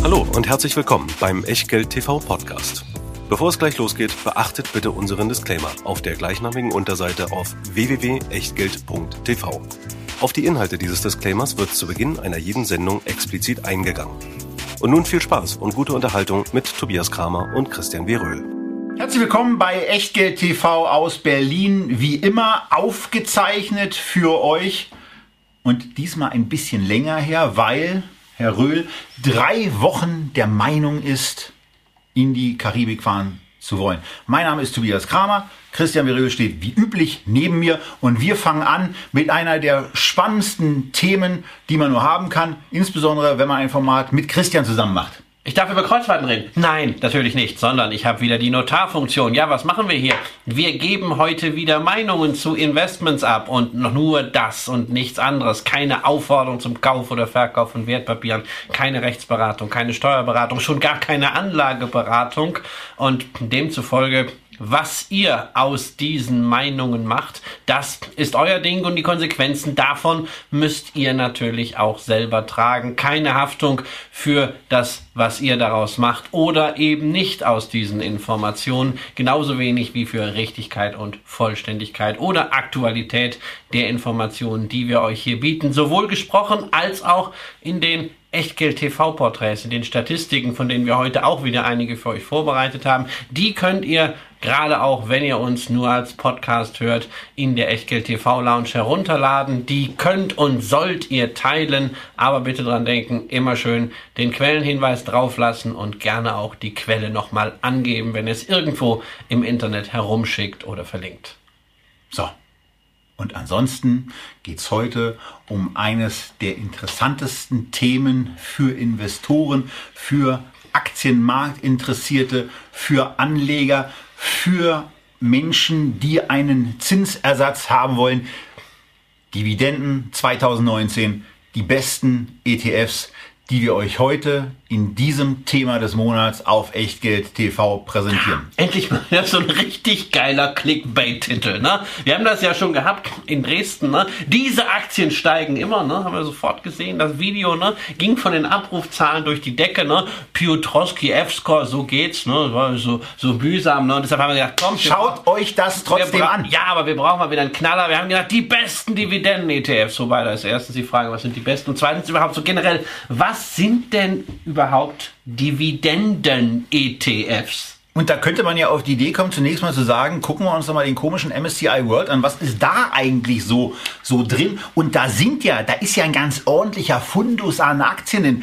Hallo und herzlich willkommen beim Echtgeld TV Podcast. Bevor es gleich losgeht, beachtet bitte unseren Disclaimer auf der gleichnamigen Unterseite auf www.echtgeld.tv. Auf die Inhalte dieses Disclaimers wird zu Beginn einer jeden Sendung explizit eingegangen. Und nun viel Spaß und gute Unterhaltung mit Tobias Kramer und Christian W. Röhl. Herzlich willkommen bei Echtgeld TV aus Berlin. Wie immer aufgezeichnet für euch und diesmal ein bisschen länger her, weil Herr Röhl 3 Wochen der Meinung ist, in die Karibik fahren zu wollen. Mein Name ist Tobias Kramer. Christian W. Röhl steht wie üblich neben mir und wir fangen an mit einer der spannendsten Themen, die man nur haben kann, insbesondere wenn man ein Format mit Christian zusammen macht. Ich darf über Kreuzfahrten reden. Nein, natürlich nicht, sondern ich habe wieder die Notarfunktion. Ja, was machen wir hier? Wir geben heute wieder Meinungen zu Investments ab und nur das und nichts anderes. Keine Aufforderung zum Kauf oder Verkauf von Wertpapieren, keine Rechtsberatung, keine Steuerberatung, schon gar keine Anlageberatung und demzufolge, was ihr aus diesen Meinungen macht, das ist euer Ding und die Konsequenzen davon müsst ihr natürlich auch selber tragen. Keine Haftung für das, was ihr daraus macht oder eben nicht aus diesen Informationen. Genauso wenig wie für Richtigkeit und Vollständigkeit oder Aktualität der Informationen, die wir euch hier bieten. Sowohl gesprochen als auch in den Echtgeld-TV-Porträts, in den Statistiken, von denen wir heute auch wieder einige für euch vorbereitet haben. Die könnt ihr, gerade auch wenn ihr uns nur als Podcast hört, in der Echtgeld-TV-Lounge herunterladen. Die könnt und sollt ihr teilen, aber bitte dran denken, immer schön den Quellenhinweis drauflassen und gerne auch die Quelle nochmal angeben, wenn ihr es irgendwo im Internet herumschickt oder verlinkt. So. Und ansonsten geht es heute um eines der interessantesten Themen für Investoren, für Aktienmarktinteressierte, für Anleger, für Menschen, die einen Zinsersatz haben wollen. Dividenden 2019, die besten ETFs, die wir euch heute in diesem Thema des Monats auf Echtgeld TV präsentieren. Endlich mal so ein richtig geiler Clickbait-Titel, ne? Wir haben das ja schon gehabt in Dresden, ne? Diese Aktien steigen immer, ne? Haben wir sofort gesehen, das Video, ne? Ging von den Abrufzahlen durch die Decke, ne? Piotrowski F-Score, so geht's, ne? Das war so mühsam, ne? Und deshalb haben wir gedacht, komm, schaut euch das trotzdem an. Ja, aber wir brauchen mal wieder einen Knaller. Wir haben gedacht, die besten Dividenden-ETFs, wobei da ist erstens die Frage, was sind die besten und zweitens überhaupt so generell, was sind denn überhaupt Dividenden-ETFs? Und da könnte man ja auf die Idee kommen, zunächst mal zu sagen, gucken wir uns doch mal den komischen MSCI World an, was ist da eigentlich so drin? Und da ist ja ein ganz ordentlicher Fundus an Aktien, denn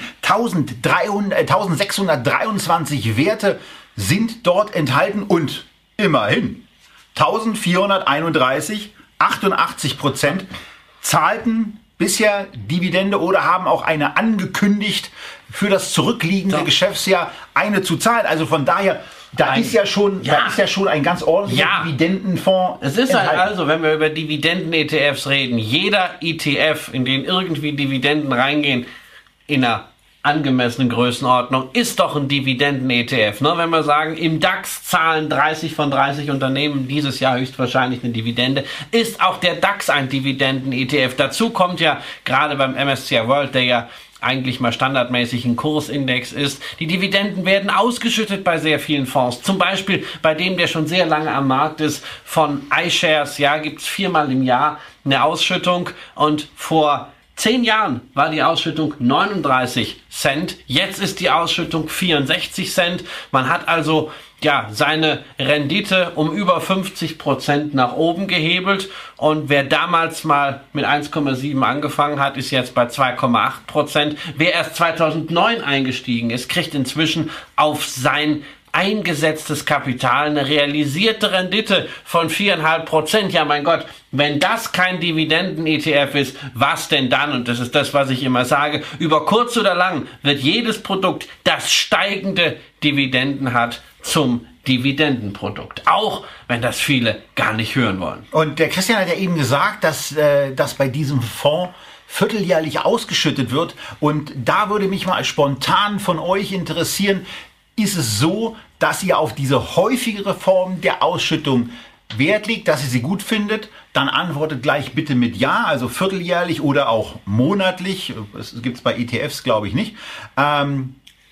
1623 Werte sind dort enthalten und immerhin 1431, 88% zahlten bisher Dividende oder haben auch eine angekündigt, für das zurückliegende Geschäftsjahr eine zu zahlen. Also von daher, da ist ja schon ein ganz ordentlicher Dividendenfonds. Es ist halt also, wenn wir über Dividenden-ETFs reden, jeder ETF, in den irgendwie Dividenden reingehen, in einer angemessenen Größenordnung, ist doch ein Dividenden-ETF. Ne? Wenn wir sagen, im DAX zahlen 30 von 30 Unternehmen dieses Jahr höchstwahrscheinlich eine Dividende, ist auch der DAX ein Dividenden-ETF. Dazu kommt ja gerade beim MSCI World, der ja eigentlich mal standardmäßig ein Kursindex ist. Die Dividenden werden ausgeschüttet bei sehr vielen Fonds. Zum Beispiel bei dem, der schon sehr lange am Markt ist, von iShares. Ja, gibt es 4-mal im Jahr eine Ausschüttung und vor 10 Jahren war die Ausschüttung 39 Cent, jetzt ist die Ausschüttung 64 Cent. Man hat also seine Rendite um über 50% nach oben gehebelt und wer damals mal mit 1,7 angefangen hat, ist jetzt bei 2,8%. Wer erst 2009 eingestiegen ist, kriegt inzwischen auf sein eingesetztes Kapital eine realisierte Rendite von 4,5%. Ja, mein Gott, wenn das kein Dividenden-ETF ist, was denn dann? Und das ist das, was ich immer sage. Über kurz oder lang wird jedes Produkt, das steigende Dividenden hat, zum Dividendenprodukt. Auch wenn das viele gar nicht hören wollen. Und der Christian hat ja eben gesagt, dass bei diesem Fonds vierteljährlich ausgeschüttet wird. Und da würde mich mal spontan von euch interessieren, ist es so, dass ihr auf diese häufigere Form der Ausschüttung Wert legt, dass ihr sie gut findet, dann antwortet gleich bitte mit Ja, also vierteljährlich oder auch monatlich. Das gibt es bei ETFs, glaube ich, nicht.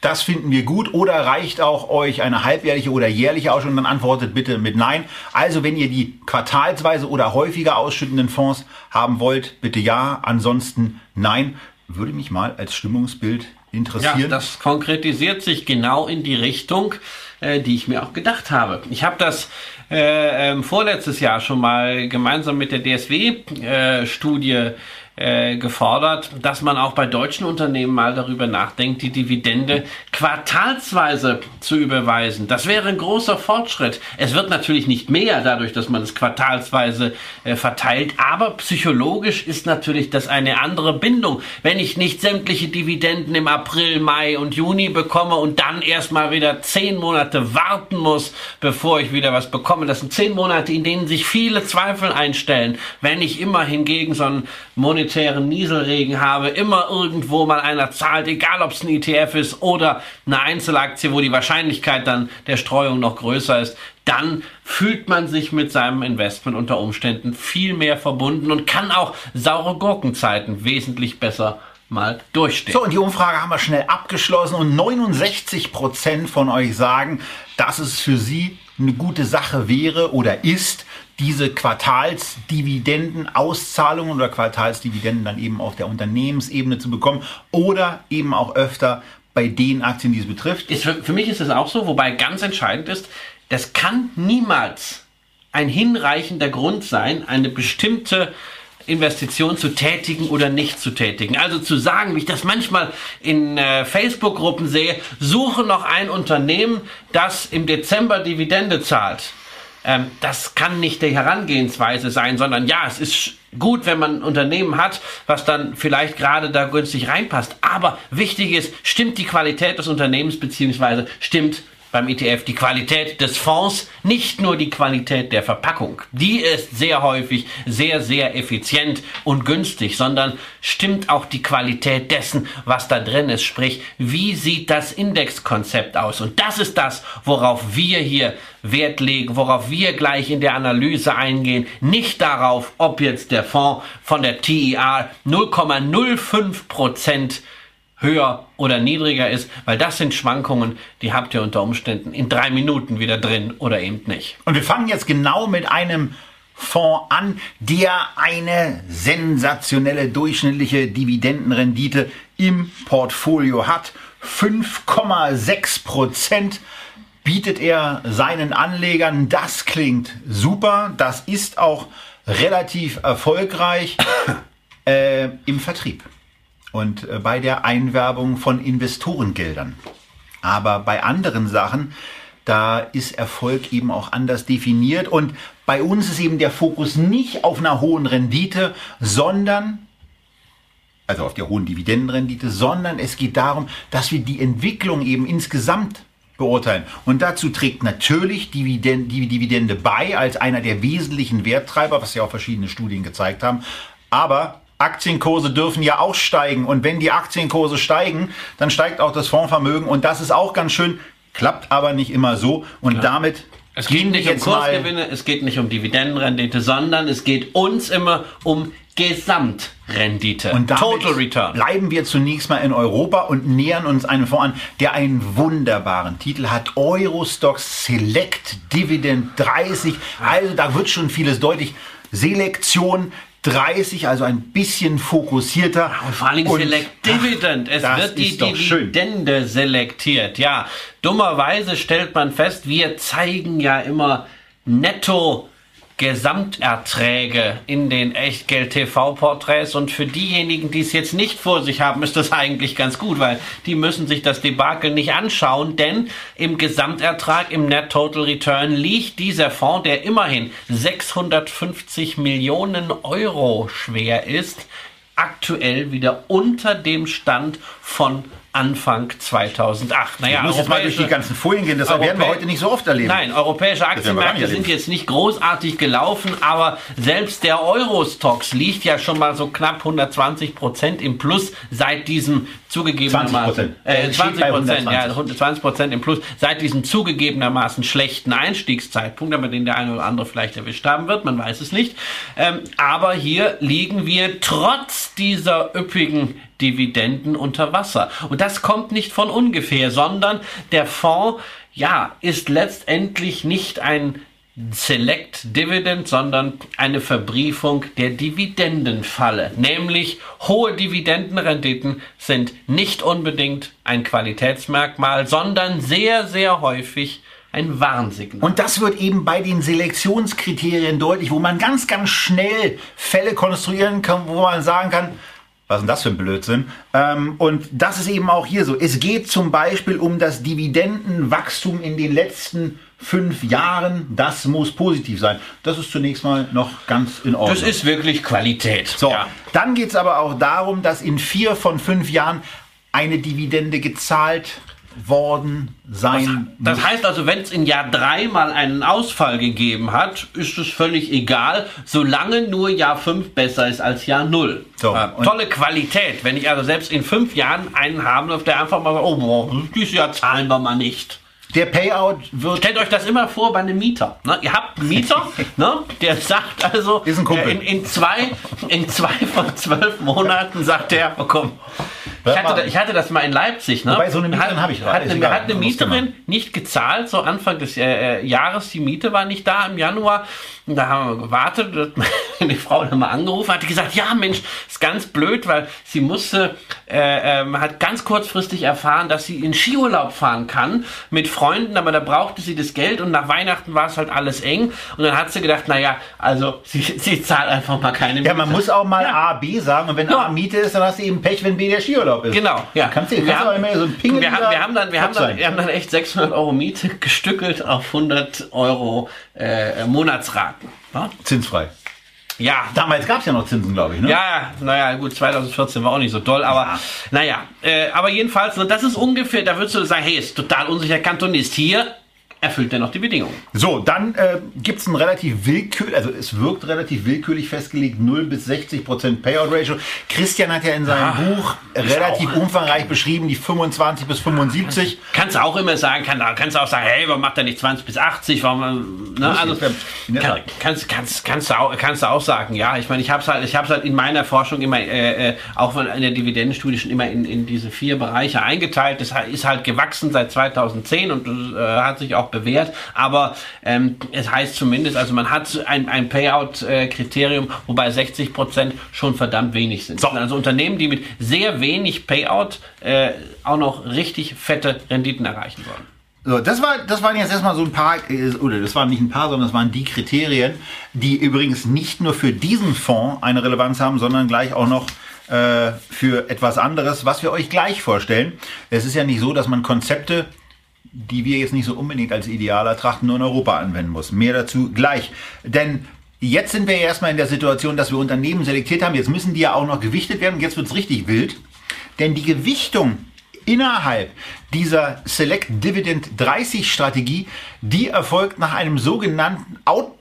das finden wir gut, oder reicht auch euch eine halbjährliche oder jährliche Ausschüttung? Dann antwortet bitte mit Nein. Also wenn ihr die quartalsweise oder häufiger ausschüttenden Fonds haben wollt, bitte ja, ansonsten nein. Würde mich mal als Stimmungsbild interessieren. Ja, das konkretisiert sich genau in die Richtung, die ich mir auch gedacht habe. Ich habe das vorletztes Jahr schon mal gemeinsam mit der DSW-Studie gefordert, dass man auch bei deutschen Unternehmen mal darüber nachdenkt, die Dividende quartalsweise zu überweisen. Das wäre ein großer Fortschritt. Es wird natürlich nicht mehr dadurch, dass man es quartalsweise verteilt, aber psychologisch ist natürlich das eine andere Bindung. Wenn ich nicht sämtliche Dividenden im April, Mai und Juni bekomme und dann erstmal wieder 10 Monate warten muss, bevor ich wieder was bekomme. Das sind 10 Monate, in denen sich viele Zweifel einstellen. Wenn ich immer hingegen so einen monetären Nieselregen habe, immer irgendwo mal einer zahlt, egal ob es ein ETF ist oder eine Einzelaktie, wo die Wahrscheinlichkeit dann der Streuung noch größer ist, dann fühlt man sich mit seinem Investment unter Umständen viel mehr verbunden und kann auch saure Gurkenzeiten wesentlich besser mal durchstehen. So, und die Umfrage haben wir schnell abgeschlossen und 69% von euch sagen, dass es für sie eine gute Sache wäre oder ist, diese Quartalsdividendenauszahlungen oder Quartalsdividenden dann eben auf der Unternehmensebene zu bekommen oder eben auch öfter bei den Aktien, die es betrifft. Für mich ist es auch so, wobei ganz entscheidend ist, das kann niemals ein hinreichender Grund sein, eine bestimmte Investition zu tätigen oder nicht zu tätigen. Also zu sagen, wie ich das manchmal in Facebook-Gruppen sehe, suche noch ein Unternehmen, das im Dezember Dividende zahlt. Das kann nicht die Herangehensweise sein, sondern ja, es ist gut, wenn man ein Unternehmen hat, was dann vielleicht gerade da günstig reinpasst. Aber wichtig ist, stimmt die Qualität des Unternehmens beziehungsweise stimmt beim ETF die Qualität des Fonds, nicht nur die Qualität der Verpackung. Die ist sehr häufig sehr, sehr effizient und günstig, sondern stimmt auch die Qualität dessen, was da drin ist. Sprich, wie sieht das Indexkonzept aus? Und das ist das, worauf wir hier Wert legen, worauf wir gleich in der Analyse eingehen. Nicht darauf, ob jetzt der Fonds von der TIR 0,05% höher oder niedriger ist, weil das sind Schwankungen, die habt ihr unter Umständen in 3 Minuten wieder drin oder eben nicht. Und wir fangen jetzt genau mit einem Fonds an, der eine sensationelle durchschnittliche Dividendenrendite im Portfolio hat. 5,6% bietet er seinen Anlegern. Das klingt super. Das ist auch relativ erfolgreich im Vertrieb und bei der Einwerbung von Investorengeldern. Aber bei anderen Sachen, da ist Erfolg eben auch anders definiert. Und bei uns ist eben der Fokus nicht auf einer hohen Rendite, sondern, also auf der hohen Dividendenrendite, sondern es geht darum, dass wir die Entwicklung eben insgesamt beurteilen. Und dazu trägt natürlich die Dividende bei, als einer der wesentlichen Werttreiber, was ja auch verschiedene Studien gezeigt haben. Aber Aktienkurse dürfen ja auch steigen. Und wenn die Aktienkurse steigen, dann steigt auch das Fondsvermögen. Und das ist auch ganz schön, klappt aber nicht immer so. Und damit es geht nicht um Kursgewinne, es geht nicht um Dividendenrendite, sondern es geht uns immer um Gesamtrendite. Und damit Total Return. Bleiben wir zunächst mal in Europa und nähern uns einem Fonds an, der einen wunderbaren Titel hat. Eurostoxx Select Dividend 30. Also da wird schon vieles deutlich. Selektion 30, also ein bisschen fokussierter. Und vor allem Select Dividend. Es wird die Dividende selektiert. Ja, dummerweise stellt man fest, wir zeigen ja immer netto Gesamterträge in den Echtgeld-TV-Porträts, und für diejenigen, die es jetzt nicht vor sich haben, ist das eigentlich ganz gut, weil die müssen sich das Debakel nicht anschauen, denn im Gesamtertrag, im Net Total Return, liegt dieser Fonds, der immerhin 650 Millionen Euro schwer ist, aktuell wieder unter dem Stand von Anfang 2008. Naja, ich muss jetzt mal durch die ganzen Folien gehen, das werden wir heute nicht so oft erleben. Nein, europäische Aktienmärkte sind jetzt nicht großartig gelaufen, aber selbst der Eurostoxx liegt ja schon mal so knapp 120% im Plus seit diesem zugegebenermaßen 20% im Plus seit diesem zugegebenermaßen schlechten Einstiegszeitpunkt, aber den der eine oder andere vielleicht erwischt haben wird, man weiß es nicht. Aber hier liegen wir trotz dieser üppigen Dividenden unter Wasser. Und das kommt nicht von ungefähr, sondern der Fonds, ist letztendlich nicht ein Select Dividend, sondern eine Verbriefung der Dividendenfalle. Nämlich hohe Dividendenrenditen sind nicht unbedingt ein Qualitätsmerkmal, sondern sehr, sehr häufig ein Warnsignal. Und das wird eben bei den Selektionskriterien deutlich, wo man ganz, ganz schnell Fälle konstruieren kann, wo man sagen kann, was ist denn das für ein Blödsinn? Und das ist eben auch hier so. Es geht zum Beispiel um das Dividendenwachstum in den letzten 5 Jahren. Das muss positiv sein. Das ist zunächst mal noch ganz in Ordnung. Das ist wirklich Qualität. So, dann geht es aber auch darum, dass in 4 von 5 Jahren eine Dividende gezahlt worden sein muss. Das heißt also, wenn es in Jahr 3 mal einen Ausfall gegeben hat, ist es völlig egal, solange nur Jahr 5 besser ist als Jahr 0. So, tolle Qualität. Wenn ich also selbst in 5 Jahren einen haben darf, der einfach mal sagt, dieses Jahr zahlen wir mal nicht. Der Payout wird... Stellt euch das immer vor bei einem Mieter. Ne? Ihr habt einen Mieter, ne? Der sagt also, ist ein Kumpel. In zwei von 12 Monaten sagt der, oh komm, ich hatte das mal in Leipzig. Ne? Wobei, so eine Mieterin habe ich gerade. Hat eine Mieterin nicht gezahlt, so Anfang des Jahres, die Miete war nicht da im Januar. Und da haben wir gewartet, die Frau dann mal angerufen, hat gesagt, ja Mensch, ist ganz blöd, weil sie musste, hat ganz kurzfristig erfahren, dass sie in Skiurlaub fahren kann mit Freunden, aber da brauchte sie das Geld und nach Weihnachten war es halt alles eng und dann hat sie gedacht, naja, also sie zahlt einfach mal keine Miete. Ja, man muss auch mal A, B sagen und wenn A Miete ist, dann hast du eben Pech, wenn B der Skiurlaub ist. Genau, ja. Wir haben dann echt 600 Euro Miete gestückelt auf 100 Euro Monatsraten. Ja? Zinsfrei. Ja. Damals gab es ja noch Zinsen, glaube ich, ne? Ja, naja, gut, 2014 war auch nicht so toll, aber aber jedenfalls, das ist ungefähr, da würdest du sagen, hey, ist total unsicher, Kantonist hier, erfüllt der noch die Bedingungen. So, dann gibt es ein relativ willkürlich, also es wirkt relativ willkürlich festgelegt, 0 bis 60% Payout Ratio. Christian hat ja in seinem Buch relativ umfangreich beschrieben, die 25 bis 75. Kannst du auch immer sagen, kannst du auch sagen, hey, warum macht er nicht 20 bis 80? Warum, ne? Also, kannst du auch sagen, ja, ich meine, ich hab's halt in meiner Forschung immer, auch in der Dividendenstudie schon immer in diese 4 Bereiche eingeteilt. Das ist halt gewachsen seit 2010 und hat sich auch bewährt, aber es heißt zumindest, also man hat ein Payout-Kriterium, wobei 60% schon verdammt wenig sind. So. Also Unternehmen, die mit sehr wenig Payout auch noch richtig fette Renditen erreichen wollen. So, das waren jetzt erstmal so ein paar, oder das waren nicht ein paar, sondern das waren die Kriterien, die übrigens nicht nur für diesen Fonds eine Relevanz haben, sondern gleich auch noch für etwas anderes, was wir euch gleich vorstellen. Es ist ja nicht so, dass man Konzepte, die wir jetzt nicht so unbedingt als ideal ertrachten, nur in Europa anwenden muss. Mehr dazu gleich. Denn jetzt sind wir ja erstmal in der Situation, dass wir Unternehmen selektiert haben. Jetzt müssen die ja auch noch gewichtet werden. Jetzt wird es richtig wild. Denn die Gewichtung innerhalb dieser Select Dividend 30 Strategie, die erfolgt nach einem sogenannten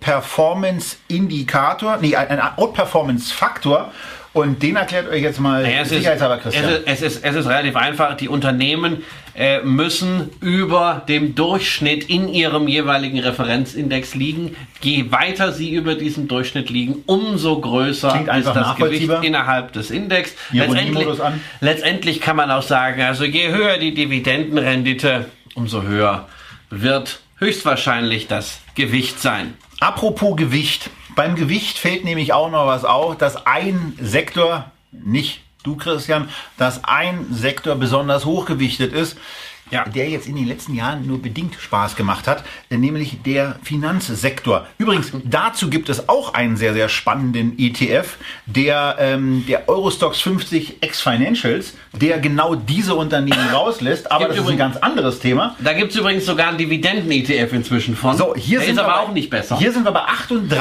Outperformance-Indikator, ein Outperformance-Faktor. Und den erklärt euch jetzt mal sicherheitshalber Christian. Es ist relativ einfach. Die Unternehmen müssen über dem Durchschnitt in ihrem jeweiligen Referenzindex liegen. Je weiter sie über diesem Durchschnitt liegen, umso größer ist das Gewicht innerhalb des Index. Letztendlich kann man auch sagen, also je höher die Dividendenrendite, umso höher wird höchstwahrscheinlich das Gewicht sein. Apropos Gewicht. Beim Gewicht fällt nämlich auch noch was auf, dass ein Sektor, nicht du Christian, dass ein Sektor besonders hochgewichtet ist, der jetzt in den letzten Jahren nur bedingt Spaß gemacht hat, nämlich der Finanzsektor. Übrigens, dazu gibt es auch einen sehr, sehr spannenden ETF, der Eurostoxx 50 Ex-Financials, der genau diese Unternehmen rauslässt, aber das ist ein ganz anderes Thema. Da gibt es übrigens sogar einen Dividenden-ETF inzwischen von. So, hier der sind ist wir aber auch nicht besser. Hier sind wir bei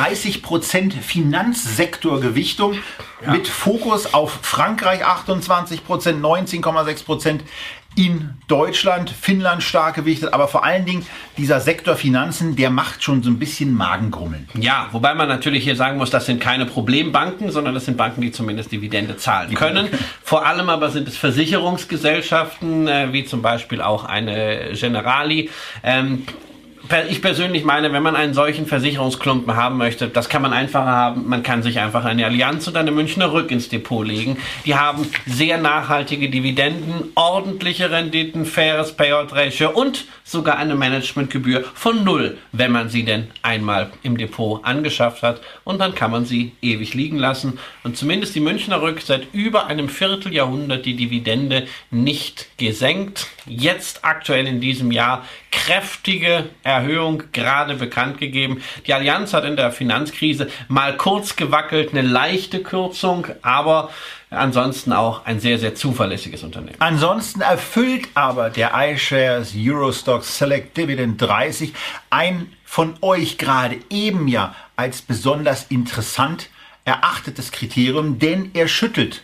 38% Finanzsektorgewichtung mit Fokus auf Frankreich 28%, 19,6% in Deutschland, Finnland stark gewichtet, aber vor allen Dingen dieser Sektor Finanzen, der macht schon so ein bisschen Magengrummeln. Ja, wobei man natürlich hier sagen muss, das sind keine Problembanken, sondern das sind Banken, die zumindest Dividende zahlen können. Vor allem aber sind es Versicherungsgesellschaften, wie zum Beispiel auch eine Generali. Ich persönlich meine, wenn man einen solchen Versicherungsklumpen haben möchte, das kann man einfacher haben. Man kann sich einfach eine Allianz und eine Münchner Rück ins Depot legen. Die haben sehr nachhaltige Dividenden, ordentliche Renditen, faires Payout-Ratio und sogar eine Managementgebühr von 0, wenn man sie denn einmal im Depot angeschafft hat. Und dann kann man sie ewig liegen lassen. Und zumindest die Münchner Rück seit über einem Vierteljahrhundert die Dividende nicht gesenkt. Jetzt aktuell in diesem Jahr kräftige Erhöhung gerade bekannt gegeben. Die Allianz hat in der Finanzkrise mal kurz gewackelt, eine leichte Kürzung, aber ansonsten auch ein sehr, sehr zuverlässiges Unternehmen. Ansonsten erfüllt aber der iShares Eurostoxx Select Dividend 30 ein von euch gerade eben ja als besonders interessant erachtetes Kriterium, denn er schüttelt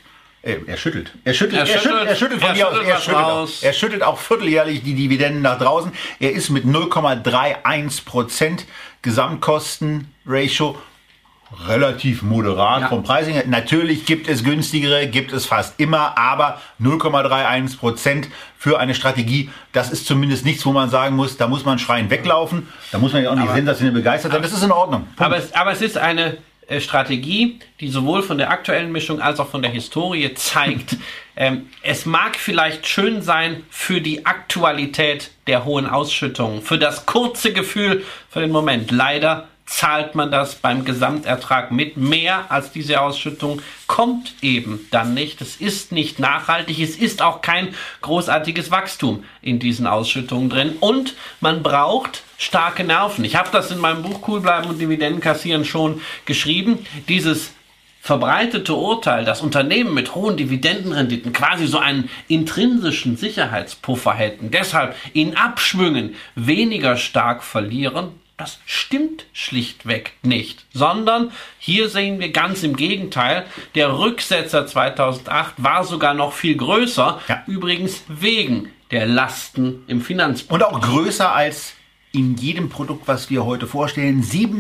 auch vierteljährlich die Dividenden nach draußen. Er ist mit 0,31% Gesamtkostenratio relativ moderat vom Pricing her. Natürlich gibt es günstigere, gibt es fast immer, aber 0,31% für eine Strategie, das ist zumindest nichts, wo man sagen muss, da muss man schreiend weglaufen, da muss man ja auch nicht sensationell begeistert sein, das ist in Ordnung. Aber es ist eine Strategie, die sowohl von der aktuellen Mischung als auch von der Historie zeigt, es mag vielleicht schön sein für die Aktualität der hohen Ausschüttungen, für das kurze Gefühl, für den Moment. Leider zahlt man das beim Gesamtertrag mit. Mehr als diese Ausschüttung kommt eben dann nicht. Es ist nicht nachhaltig. Es ist auch kein großartiges Wachstum in diesen Ausschüttungen drin. Und man braucht starke Nerven. Ich habe das in meinem Buch Cool bleiben und Dividenden kassieren schon geschrieben. Dieses verbreitete Urteil, dass Unternehmen mit hohen Dividendenrenditen quasi so einen intrinsischen Sicherheitspuffer hätten, deshalb in Abschwüngen weniger stark verlieren, das stimmt schlichtweg nicht, sondern hier sehen wir ganz im Gegenteil, der Rücksetzer 2008 war sogar noch viel größer, übrigens wegen der Lasten im Finanzbereich. Und auch größer als in jedem Produkt, was wir heute vorstellen,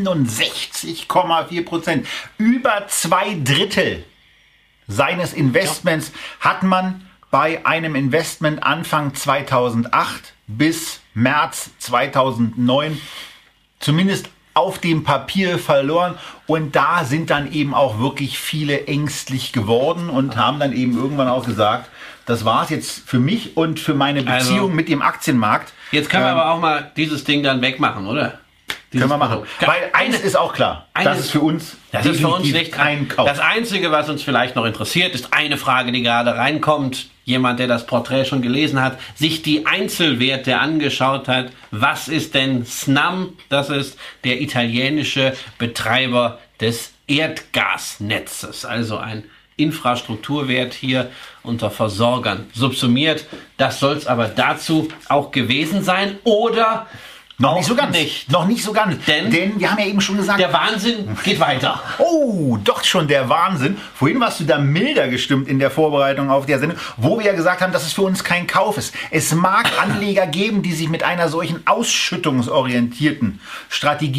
67,4%. Über 2/3 seines Investments hat man bei einem Investment Anfang 2008 bis März 2009 zumindest auf dem Papier verloren. Und da sind dann eben auch wirklich viele ängstlich geworden und haben dann eben irgendwann auch gesagt, das war's jetzt für mich und für meine Beziehung mit dem Aktienmarkt. Jetzt können wir aber auch mal dieses Ding dann wegmachen, oder? Können wir machen. Weil eines ist auch klar, das ist für uns nicht kein Kauf. Das Einzige, was uns vielleicht noch interessiert, ist eine Frage, die gerade reinkommt. Jemand, der das Porträt schon gelesen hat, sich die Einzelwerte angeschaut hat. Was ist denn Snam? Das ist der italienische Betreiber des Erdgasnetzes. Also ein Infrastrukturwert hier unter Versorgern subsumiert. Das soll es aber dazu auch gewesen sein. Oder noch nicht so ganz. Noch nicht so ganz. Denn wir haben ja eben schon gesagt, der Wahnsinn geht weiter. Oh, doch schon der Wahnsinn. Vorhin warst du da milder gestimmt in der Vorbereitung auf der Sendung, wo wir ja gesagt haben, dass es für uns kein Kauf ist. Es mag Anleger geben, die sich mit einer solchen ausschüttungsorientierten Strategie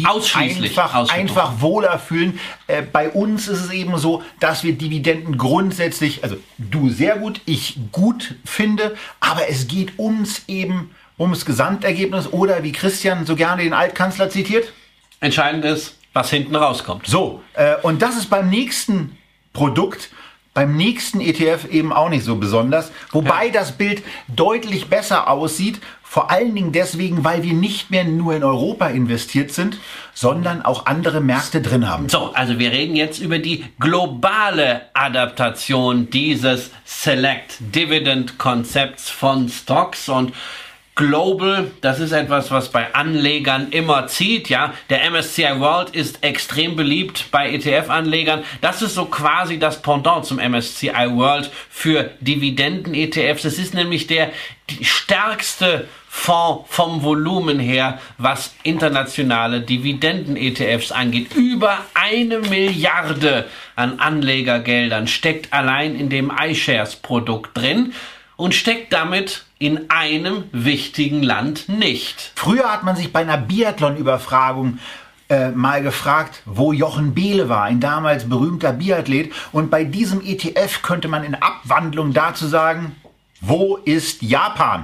einfach wohler fühlen. Bei uns ist es eben so, dass wir Dividenden grundsätzlich, also du sehr gut, ich gut finde, aber es geht uns eben ums Gesamtergebnis oder wie Christian so gerne den Altkanzler zitiert? Entscheidend ist, was hinten rauskommt. So, und das ist beim nächsten Produkt, beim nächsten ETF eben auch nicht so besonders. Wobei das Bild deutlich besser aussieht, vor allen Dingen deswegen, weil wir nicht mehr nur in Europa investiert sind, sondern auch andere Märkte drin haben. So, also wir reden jetzt über die globale Adaptation dieses Select Dividend Konzepts von Stocks und Global, das ist etwas, was bei Anlegern immer zieht, ja. Der MSCI World ist extrem beliebt bei ETF-Anlegern. Das ist so quasi das Pendant zum MSCI World für Dividenden-ETFs. Es ist nämlich die stärkste Fonds vom Volumen her, was internationale Dividenden-ETFs angeht. Über 1 Milliarde an Anlegergeldern steckt allein in dem iShares-Produkt drin und steckt damit in einem wichtigen Land nicht. Früher hat man sich bei einer Biathlon-Überfragung mal gefragt, wo Jochen Behle war, ein damals berühmter Biathlet. Und bei diesem ETF könnte man in Abwandlung dazu sagen, wo ist Japan?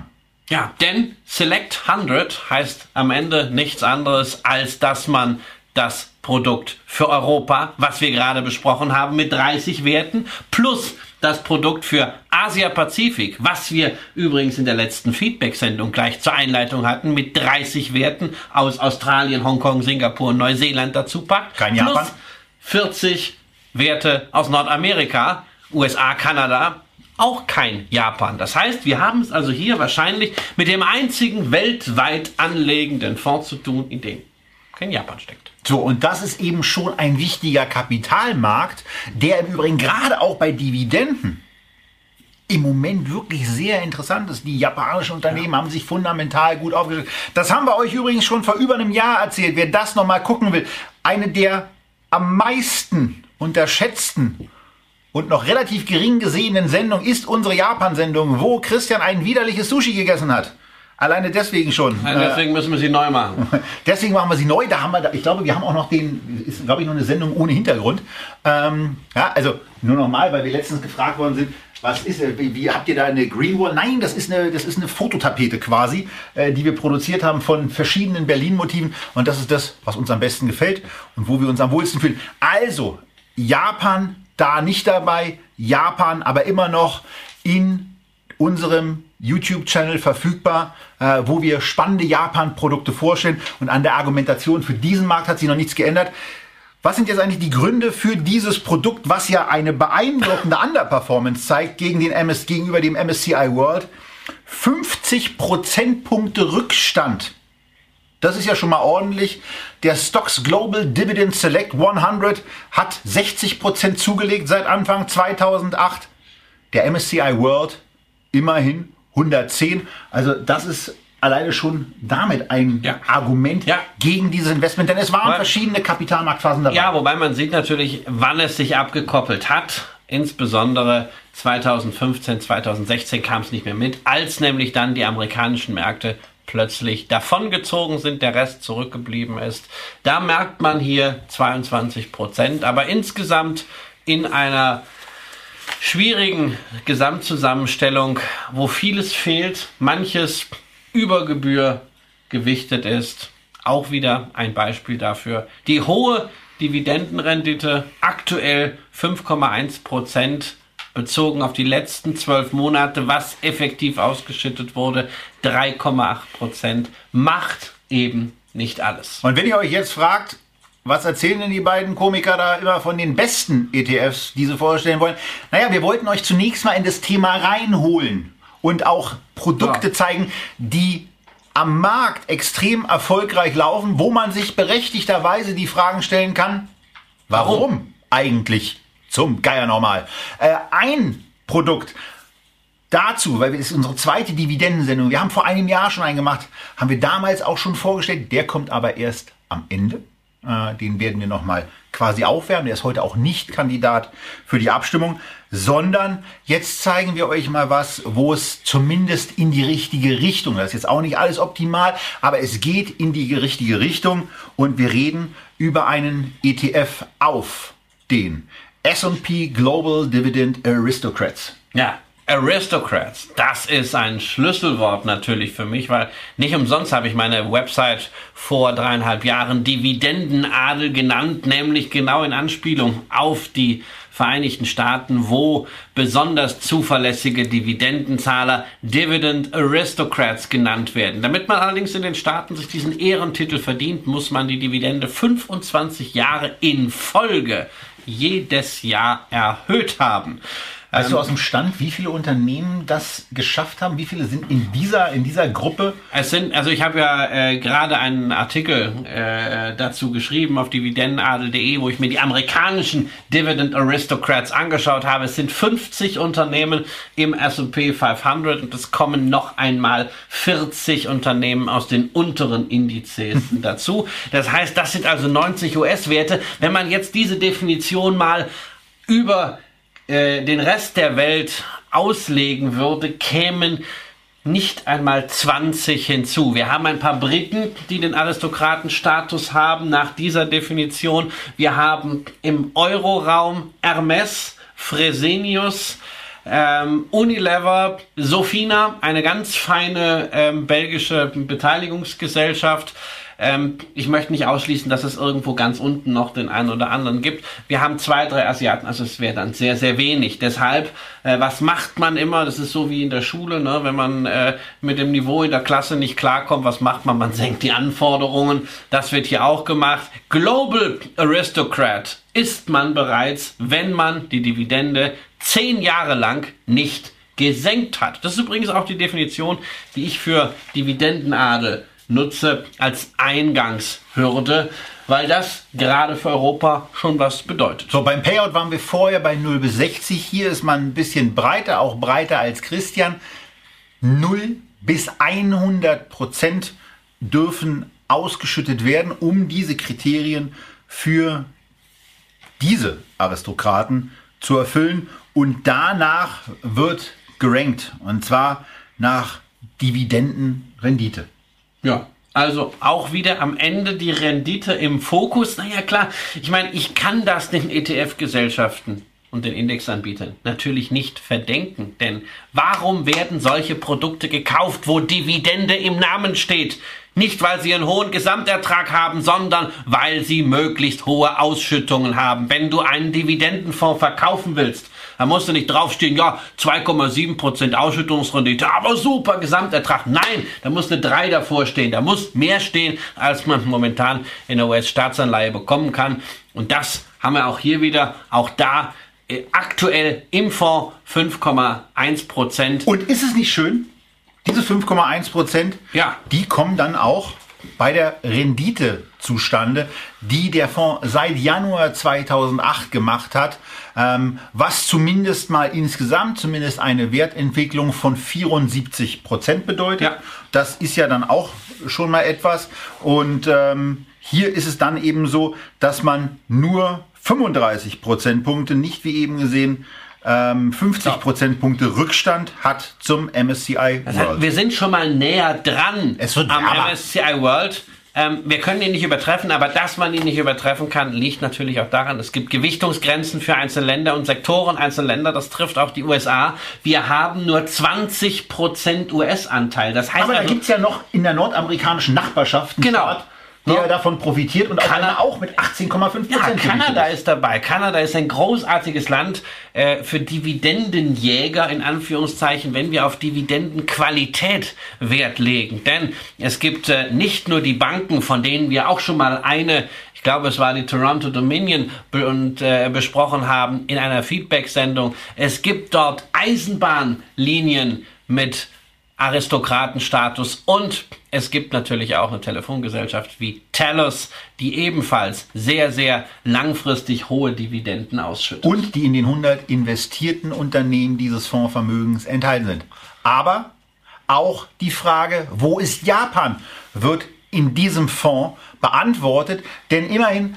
Ja, denn Select 100 heißt am Ende nichts anderes, als dass man das Produkt für Europa, was wir gerade besprochen haben, mit 30 Werten, plus das Produkt für Asia-Pazifik, was wir übrigens in der letzten Feedback-Sendung gleich zur Einleitung hatten, mit 30 Werten aus Australien, Hongkong, Singapur und Neuseeland dazu packt. Kein Japan. Plus 40 Werte aus Nordamerika, USA, Kanada, auch kein Japan. Das heißt, wir haben es also hier wahrscheinlich mit dem einzigen weltweit anlegenden Fonds zu tun, in dem kein Japan steckt. So, und das ist eben schon ein wichtiger Kapitalmarkt, der im Übrigen gerade auch bei Dividenden im Moment wirklich sehr interessant ist. Die japanischen Unternehmen haben sich fundamental gut aufgestellt. Das haben wir euch übrigens schon vor über einem Jahr erzählt. Wer das nochmal gucken will, eine der am meisten unterschätzten und noch relativ gering gesehenen Sendung ist unsere Japan-Sendung, wo Christian ein widerliches Sushi gegessen hat. Alleine deswegen schon. Deswegen müssen wir sie neu machen. Deswegen machen wir sie neu. Da haben wir, ich glaube, wir haben auch noch ist glaube ich noch eine Sendung ohne Hintergrund. Ja, also nur nochmal, weil wir letztens gefragt worden sind, was ist, wie habt ihr da eine Green Wall? Nein, das ist eine Fototapete quasi, die wir produziert haben von verschiedenen Berlin-Motiven. Und das ist das, was uns am besten gefällt und wo wir uns am wohlsten fühlen. Also, Japan da nicht dabei, Japan aber immer noch in unserem YouTube-Channel verfügbar, wo wir spannende Japan-Produkte vorstellen, und an der Argumentation für diesen Markt hat sich noch nichts geändert. Was sind jetzt eigentlich die Gründe für dieses Produkt, was ja eine beeindruckende Underperformance zeigt gegenüber dem MSCI World? 50 Prozentpunkte Rückstand. Das ist ja schon mal ordentlich. Der Stocks Global Dividend Select 100 hat 60% zugelegt seit Anfang 2008. Der MSCI World immerhin 110. Also das ist alleine schon damit ein Argument gegen dieses Investment. Denn es waren verschiedene Kapitalmarktphasen dabei. Ja, wobei man sieht natürlich, wann es sich abgekoppelt hat. Insbesondere 2015, 2016 kam es nicht mehr mit, als nämlich dann die amerikanischen Märkte plötzlich davongezogen sind, der Rest zurückgeblieben ist. Da merkt man hier 22%, aber insgesamt in einer schwierigen Gesamtzusammenstellung, wo vieles fehlt, manches über Gebühr gewichtet ist, auch wieder ein Beispiel dafür. Die hohe Dividendenrendite, aktuell 5,1%, bezogen auf die letzten 12 Monate, was effektiv ausgeschüttet wurde, 3,8%, macht eben nicht alles. Und wenn ihr euch jetzt fragt, was erzählen denn die beiden Komiker da immer von den besten ETFs, die sie vorstellen wollen? Naja, wir wollten euch zunächst mal in das Thema reinholen und auch Produkte zeigen, die am Markt extrem erfolgreich laufen, wo man sich berechtigterweise die Fragen stellen kann, warum eigentlich zum Geier nochmal? Ein Produkt dazu, weil es ist unsere zweite Dividendensendung, wir haben vor einem Jahr schon einen gemacht, haben wir damals auch schon vorgestellt, der kommt aber erst am Ende. Den werden wir nochmal quasi aufwärmen. Der ist heute auch nicht Kandidat für die Abstimmung, sondern jetzt zeigen wir euch mal was, wo es zumindest in die richtige Richtung, das ist jetzt auch nicht alles optimal, aber es geht in die richtige Richtung, und wir reden über einen ETF auf den S&P Global Dividend Aristocrats. Ja, Aristocrats, das ist ein Schlüsselwort natürlich für mich, weil nicht umsonst habe ich meine Website vor 3,5 Jahren Dividendenadel genannt, nämlich genau in Anspielung auf die Vereinigten Staaten, wo besonders zuverlässige Dividendenzahler Dividend Aristocrats genannt werden. Damit man allerdings in den Staaten sich diesen Ehrentitel verdient, muss man die Dividende 25 Jahre in Folge jedes Jahr erhöht haben. Weißt du aus dem Stand, wie viele Unternehmen das geschafft haben? Wie viele sind in dieser Gruppe? Ich habe ja gerade einen Artikel dazu geschrieben auf dividendenadel.de, wo ich mir die amerikanischen Dividend Aristocrats angeschaut habe. Es sind 50 Unternehmen im S&P 500 und es kommen noch einmal 40 Unternehmen aus den unteren Indizes dazu. Das heißt, das sind also 90 US-Werte. Wenn man jetzt diese Definition mal über den Rest der Welt auslegen würde, kämen nicht einmal 20 hinzu. Wir haben ein paar Briten, die den Aristokratenstatus haben nach dieser Definition. Wir haben im Euroraum Hermes, Fresenius, Unilever, Sofina, eine ganz feine belgische Beteiligungsgesellschaft. Ich möchte nicht ausschließen, dass es irgendwo ganz unten noch den einen oder anderen gibt. Wir haben 2, 3 Asiaten, also es wäre dann sehr, sehr wenig. Deshalb, was macht man immer? Das ist so wie in der Schule, ne? Wenn man mit dem Niveau in der Klasse nicht klarkommt, was macht man? Man senkt die Anforderungen. Das wird hier auch gemacht. Global Aristocrat ist man bereits, wenn man die Dividende 10 Jahre lang nicht gesenkt hat. Das ist übrigens auch die Definition, die ich für Dividendenadel nutze als Eingangshürde, weil das gerade für Europa schon was bedeutet. So, beim Payout waren wir vorher bei 0 bis 60. Hier ist man ein bisschen breiter, auch breiter als Christian. 0 bis 100% dürfen ausgeschüttet werden, um diese Kriterien für diese Aristokraten zu erfüllen. Und danach wird gerankt, und zwar nach Dividendenrendite. Ja, also auch wieder am Ende die Rendite im Fokus. Naja, klar, ich meine, ich kann das den ETF-Gesellschaften und den Indexanbietern natürlich nicht verdenken. Denn warum werden solche Produkte gekauft, wo Dividende im Namen steht? Nicht, weil sie einen hohen Gesamtertrag haben, sondern weil sie möglichst hohe Ausschüttungen haben. Wenn du einen Dividendenfonds verkaufen willst, dann musst du nicht draufstehen, ja, 2,7% Ausschüttungsrendite, aber super Gesamtertrag. Nein, da muss eine 3 davor stehen. Da muss mehr stehen, als man momentan in der US-Staatsanleihe bekommen kann. Und das haben wir auch hier wieder, auch da aktuell im Fonds 5,1%. Und ist es nicht schön? Diese 5,1%, ja, die kommen dann auch bei der Rendite zustande, die der Fonds seit Januar 2008 gemacht hat, was zumindest mal insgesamt zumindest eine Wertentwicklung von 74% bedeutet. Ja. Das ist ja dann auch schon mal etwas. Und hier ist es dann eben so, dass man nur 35 Prozentpunkte, nicht wie eben gesehen, 50 Prozentpunkte Rückstand hat zum MSCI World. Wir sind schon mal näher dran am MSCI World. Wir können ihn nicht übertreffen, aber dass man ihn nicht übertreffen kann, liegt natürlich auch daran, es gibt Gewichtungsgrenzen für einzelne Länder und Sektoren einzelner Länder. Das trifft auch die USA. Wir haben nur 20% US-Anteil. Das heißt, aber da gibt es ja noch in der nordamerikanischen Nachbarschaft einen Staat, der davon profitiert und auch mit 18,5%. Ja, Kanada ist dabei. Kanada ist ein großartiges Land für Dividendenjäger, in Anführungszeichen, wenn wir auf Dividendenqualität Wert legen. Denn es gibt nicht nur die Banken, von denen wir auch schon mal ich glaube, es war die Toronto Dominion besprochen haben in einer Feedback-Sendung. Es gibt dort Eisenbahnlinien mit Aristokratenstatus und es gibt natürlich auch eine Telefongesellschaft wie Telos, die ebenfalls sehr, sehr langfristig hohe Dividenden ausschüttet. Und die in den 100 investierten Unternehmen dieses Fondsvermögens enthalten sind. Aber auch die Frage, wo ist Japan, wird in diesem Fonds beantwortet, denn immerhin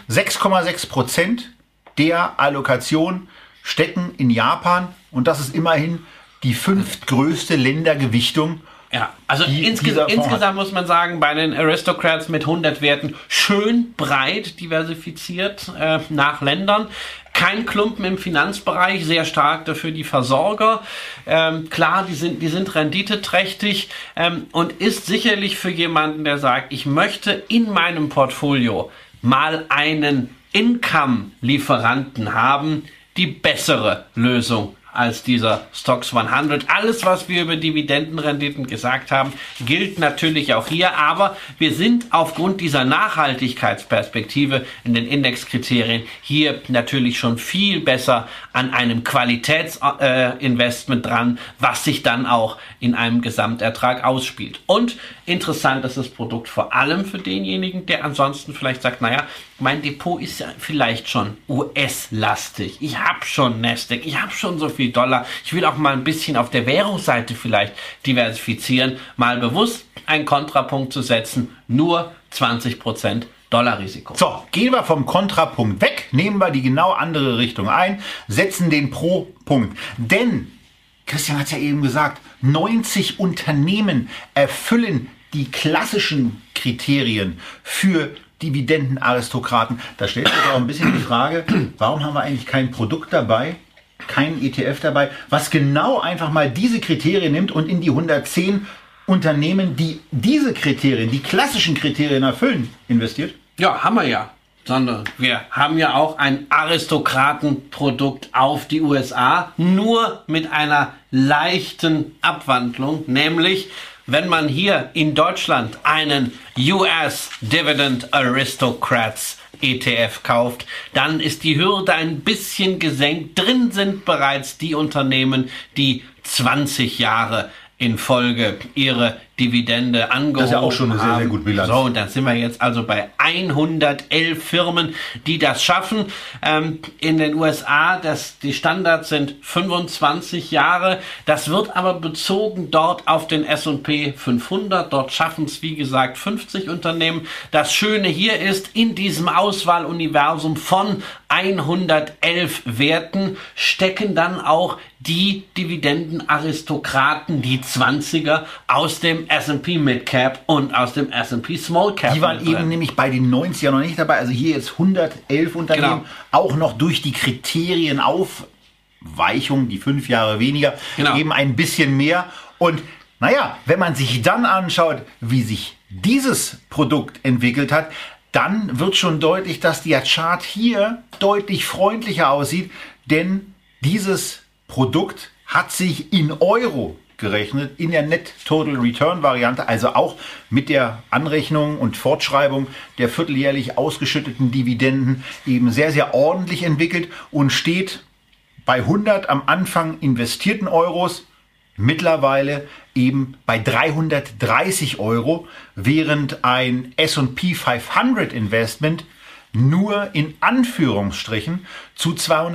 6,6% der Allokation stecken in Japan und das ist immerhin die 5. größte Ländergewichtung. Ja, also insgesamt muss man sagen, bei den Aristocrats mit 100 Werten schön breit diversifiziert nach Ländern. Kein Klumpen im Finanzbereich, sehr stark dafür die Versorger. Klar, die sind renditeträchtig und ist sicherlich für jemanden, der sagt, ich möchte in meinem Portfolio mal einen Income-Lieferanten haben, die bessere Lösung als dieser Stocks 100. Alles, was wir über Dividendenrenditen gesagt haben, gilt natürlich auch hier, aber wir sind aufgrund dieser Nachhaltigkeitsperspektive in den Indexkriterien hier natürlich schon viel besser an einem Qualitätsinvestment dran, was sich dann auch in einem Gesamtertrag ausspielt. Und interessant ist das Produkt vor allem für denjenigen, der ansonsten vielleicht sagt, naja, mein Depot ist ja vielleicht schon US-lastig. Ich habe schon Nasdaq, ich habe schon so viel Dollar. Ich will auch mal ein bisschen auf der Währungsseite vielleicht diversifizieren. Mal bewusst einen Kontrapunkt zu setzen. Nur 20% Dollarrisiko. So, gehen wir vom Kontrapunkt weg, nehmen wir die genau andere Richtung ein, setzen den Pro-Punkt. Denn, Christian hat es ja eben gesagt, 90 Unternehmen erfüllen die klassischen Kriterien für Dividendenaristokraten. Da stellt sich auch ein bisschen die Frage, warum haben wir eigentlich kein Produkt dabei, keinen ETF dabei, was genau einfach mal diese Kriterien nimmt und in die 110 Unternehmen, die diese Kriterien, die klassischen Kriterien erfüllen, investiert? Ja, haben wir ja. Sondern wir haben ja auch ein Aristokratenprodukt auf die USA, nur mit einer leichten Abwandlung, nämlich wenn man hier in Deutschland einen US Dividend Aristocrats ETF kauft, dann ist die Hürde ein bisschen gesenkt. Drin sind bereits die Unternehmen, die 20 Jahre in Folge ihre Dividende angehoben haben. Das ist ja auch schon eine sehr, sehr gute Bilanz. So, und dann sind wir jetzt also bei 111 Firmen, die das schaffen. In den USA, die Standards sind 25 Jahre. Das wird aber bezogen dort auf den S&P 500. Dort schaffen es, wie gesagt, 50 Unternehmen. Das Schöne hier ist, in diesem Auswahluniversum von 111 Werten stecken dann auch die Dividendenaristokraten, die 20er aus dem S&P Midcap und aus dem S&P Small Cap. Die waren eben nämlich bei den 90er noch nicht dabei. Also hier jetzt 111 Unternehmen, genau. Auch noch durch die Kriterienaufweichung, die 5 Jahre weniger, genau. Eben ein bisschen mehr. Und naja, wenn man sich dann anschaut, wie sich dieses Produkt entwickelt hat, dann wird schon deutlich, dass der Chart hier deutlich freundlicher aussieht, denn dieses Produkt hat sich in Euro gerechnet, in der Net Total Return Variante, also auch mit der Anrechnung und Fortschreibung der vierteljährlich ausgeschütteten Dividenden eben sehr, sehr ordentlich entwickelt und steht bei 100 am Anfang investierten Euros mittlerweile eben bei 330 Euro, während ein S&P 500 Investment nur in Anführungsstrichen zu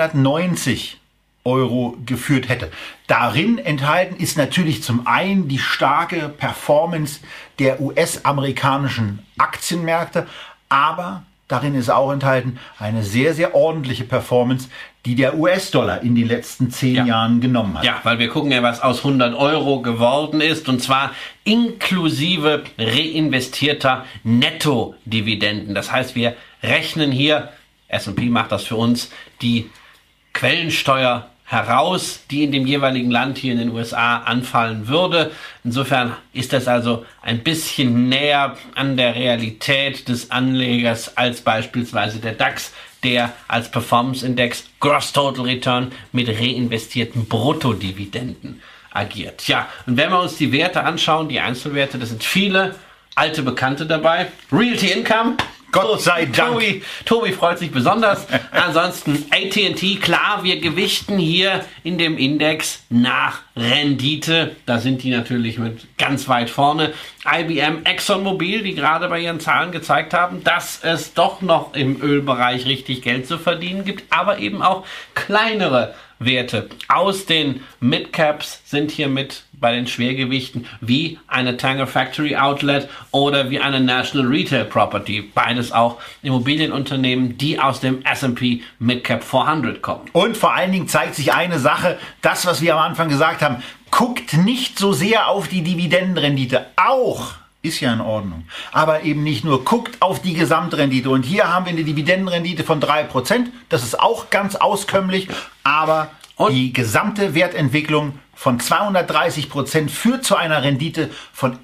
290 Euro geführt hätte. Darin enthalten ist natürlich zum einen die starke Performance der US-amerikanischen Aktienmärkte, aber darin ist auch enthalten eine sehr, sehr ordentliche Performance, die der US-Dollar in den letzten 10 Jahren genommen hat. Ja, weil wir gucken ja, was aus 100 Euro geworden ist, und zwar inklusive reinvestierter Netto-Dividenden. Das heißt, wir rechnen hier, S&P macht das für uns, die Quellensteuer heraus, die in dem jeweiligen Land hier in den USA anfallen würde. Insofern ist das also ein bisschen näher an der Realität des Anlegers als beispielsweise der DAX, der als Performance-Index Gross Total Return mit reinvestierten Bruttodividenden agiert. Ja, und wenn wir uns die Werte anschauen, die Einzelwerte, das sind viele alte Bekannte dabei. Realty Income, Gott sei Dank. Tobi freut sich besonders. Ansonsten AT&T, klar, wir gewichten hier in dem Index nach Rendite. Da sind die natürlich mit ganz weit vorne. IBM, ExxonMobil, die gerade bei ihren Zahlen gezeigt haben, dass es doch noch im Ölbereich richtig Geld zu verdienen gibt, aber eben auch kleinere Werte aus den Midcaps sind hier mit bei den Schwergewichten, wie eine Tanger Factory Outlet oder wie eine National Retail Property. Beides auch Immobilienunternehmen, die aus dem S&P Midcap 400 kommen. Und vor allen Dingen zeigt sich eine Sache, das, was wir am Anfang gesagt haben, guckt nicht so sehr auf die Dividendenrendite. Auch ist ja in Ordnung. Aber eben nicht nur, guckt auf die Gesamtrendite. Und hier haben wir eine Dividendenrendite von 3%. Das ist auch ganz auskömmlich. Aber die gesamte Wertentwicklung von 230% führt zu einer Rendite von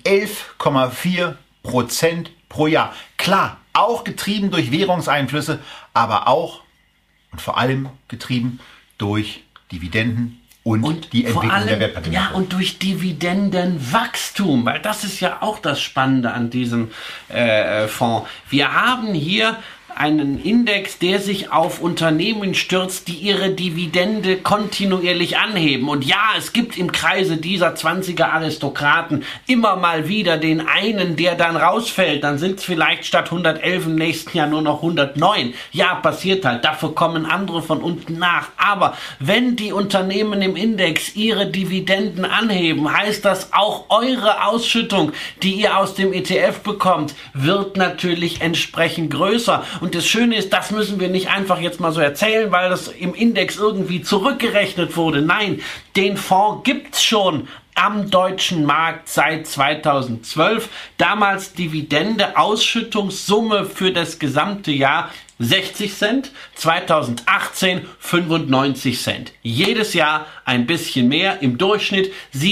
11,4% pro Jahr. Klar, auch getrieben durch Währungseinflüsse, aber auch und vor allem getrieben durch Dividenden und die Entwicklung der Wertpapiere. Ja, und durch Dividendenwachstum, weil das ist ja auch das Spannende an diesem Fonds. Wir haben hier einen Index, der sich auf Unternehmen stürzt, die ihre Dividende kontinuierlich anheben. Und ja, es gibt im Kreise dieser 20er Aristokraten immer mal wieder den einen, der dann rausfällt. Dann sind es vielleicht statt 111 im nächsten Jahr nur noch 109. Ja, passiert halt. Dafür kommen andere von unten nach. Aber wenn die Unternehmen im Index ihre Dividenden anheben, heißt das auch eure Ausschüttung, die ihr aus dem ETF bekommt, wird natürlich entsprechend größer. Und das Schöne ist, das müssen wir nicht einfach jetzt mal so erzählen, weil das im Index irgendwie zurückgerechnet wurde. Nein, den Fonds gibt's schon am deutschen Markt seit 2012. Damals Dividende, Ausschüttungssumme für das gesamte Jahr 60 Cent, 2018 95 Cent. Jedes Jahr ein bisschen mehr, im Durchschnitt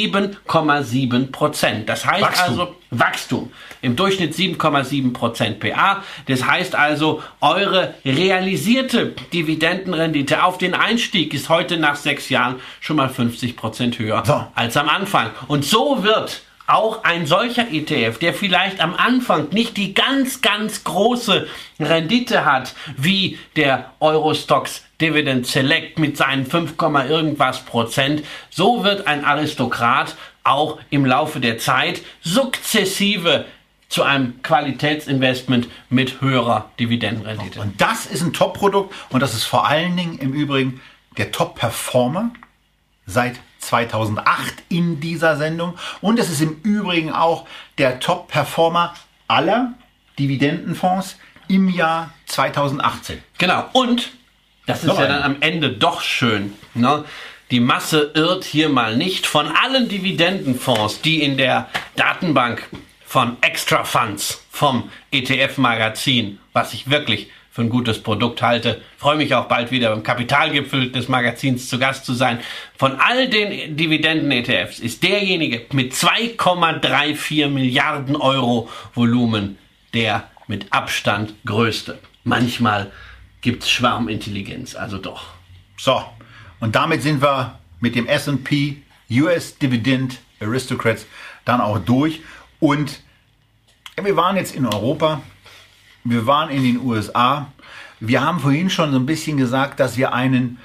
7,7%. Das heißt also Wachstum. Im Durchschnitt 7,7% PA. Das heißt also, eure realisierte Dividendenrendite auf den Einstieg ist heute nach 6 Jahren schon mal 50% höher als am Anfang. Und so wird auch ein solcher ETF, der vielleicht am Anfang nicht die ganz, ganz große Rendite hat, wie der Eurostoxx Dividend Select mit seinen 5, irgendwas Prozent, so wird ein Aristokrat auch im Laufe der Zeit sukzessive zu einem Qualitätsinvestment mit höherer Dividendenrendite. Und das ist ein Top-Produkt und das ist vor allen Dingen im Übrigen der Top-Performer seit 2008 in dieser Sendung und es ist im Übrigen auch der Top-Performer aller Dividendenfonds im Jahr 2018. Genau, und das ist ja dann am Ende doch schön, ne? Die Masse irrt hier mal nicht. Von allen Dividendenfonds, die in der Datenbank von Extra Funds vom ETF-Magazin, was ich wirklich für ein gutes Produkt halte, freue mich auch bald wieder beim Kapitalgipfel des Magazins zu Gast zu sein. Von all den Dividenden-ETFs ist derjenige mit 2,34 Milliarden Euro Volumen der mit Abstand größte. Manchmal gibt's Schwarmintelligenz, also doch. So, und damit sind wir mit dem S&P US Dividend Aristocrats dann auch durch. Und wir waren jetzt in Europa, wir waren in den USA. Wir haben vorhin schon so ein bisschen gesagt, dass wir einen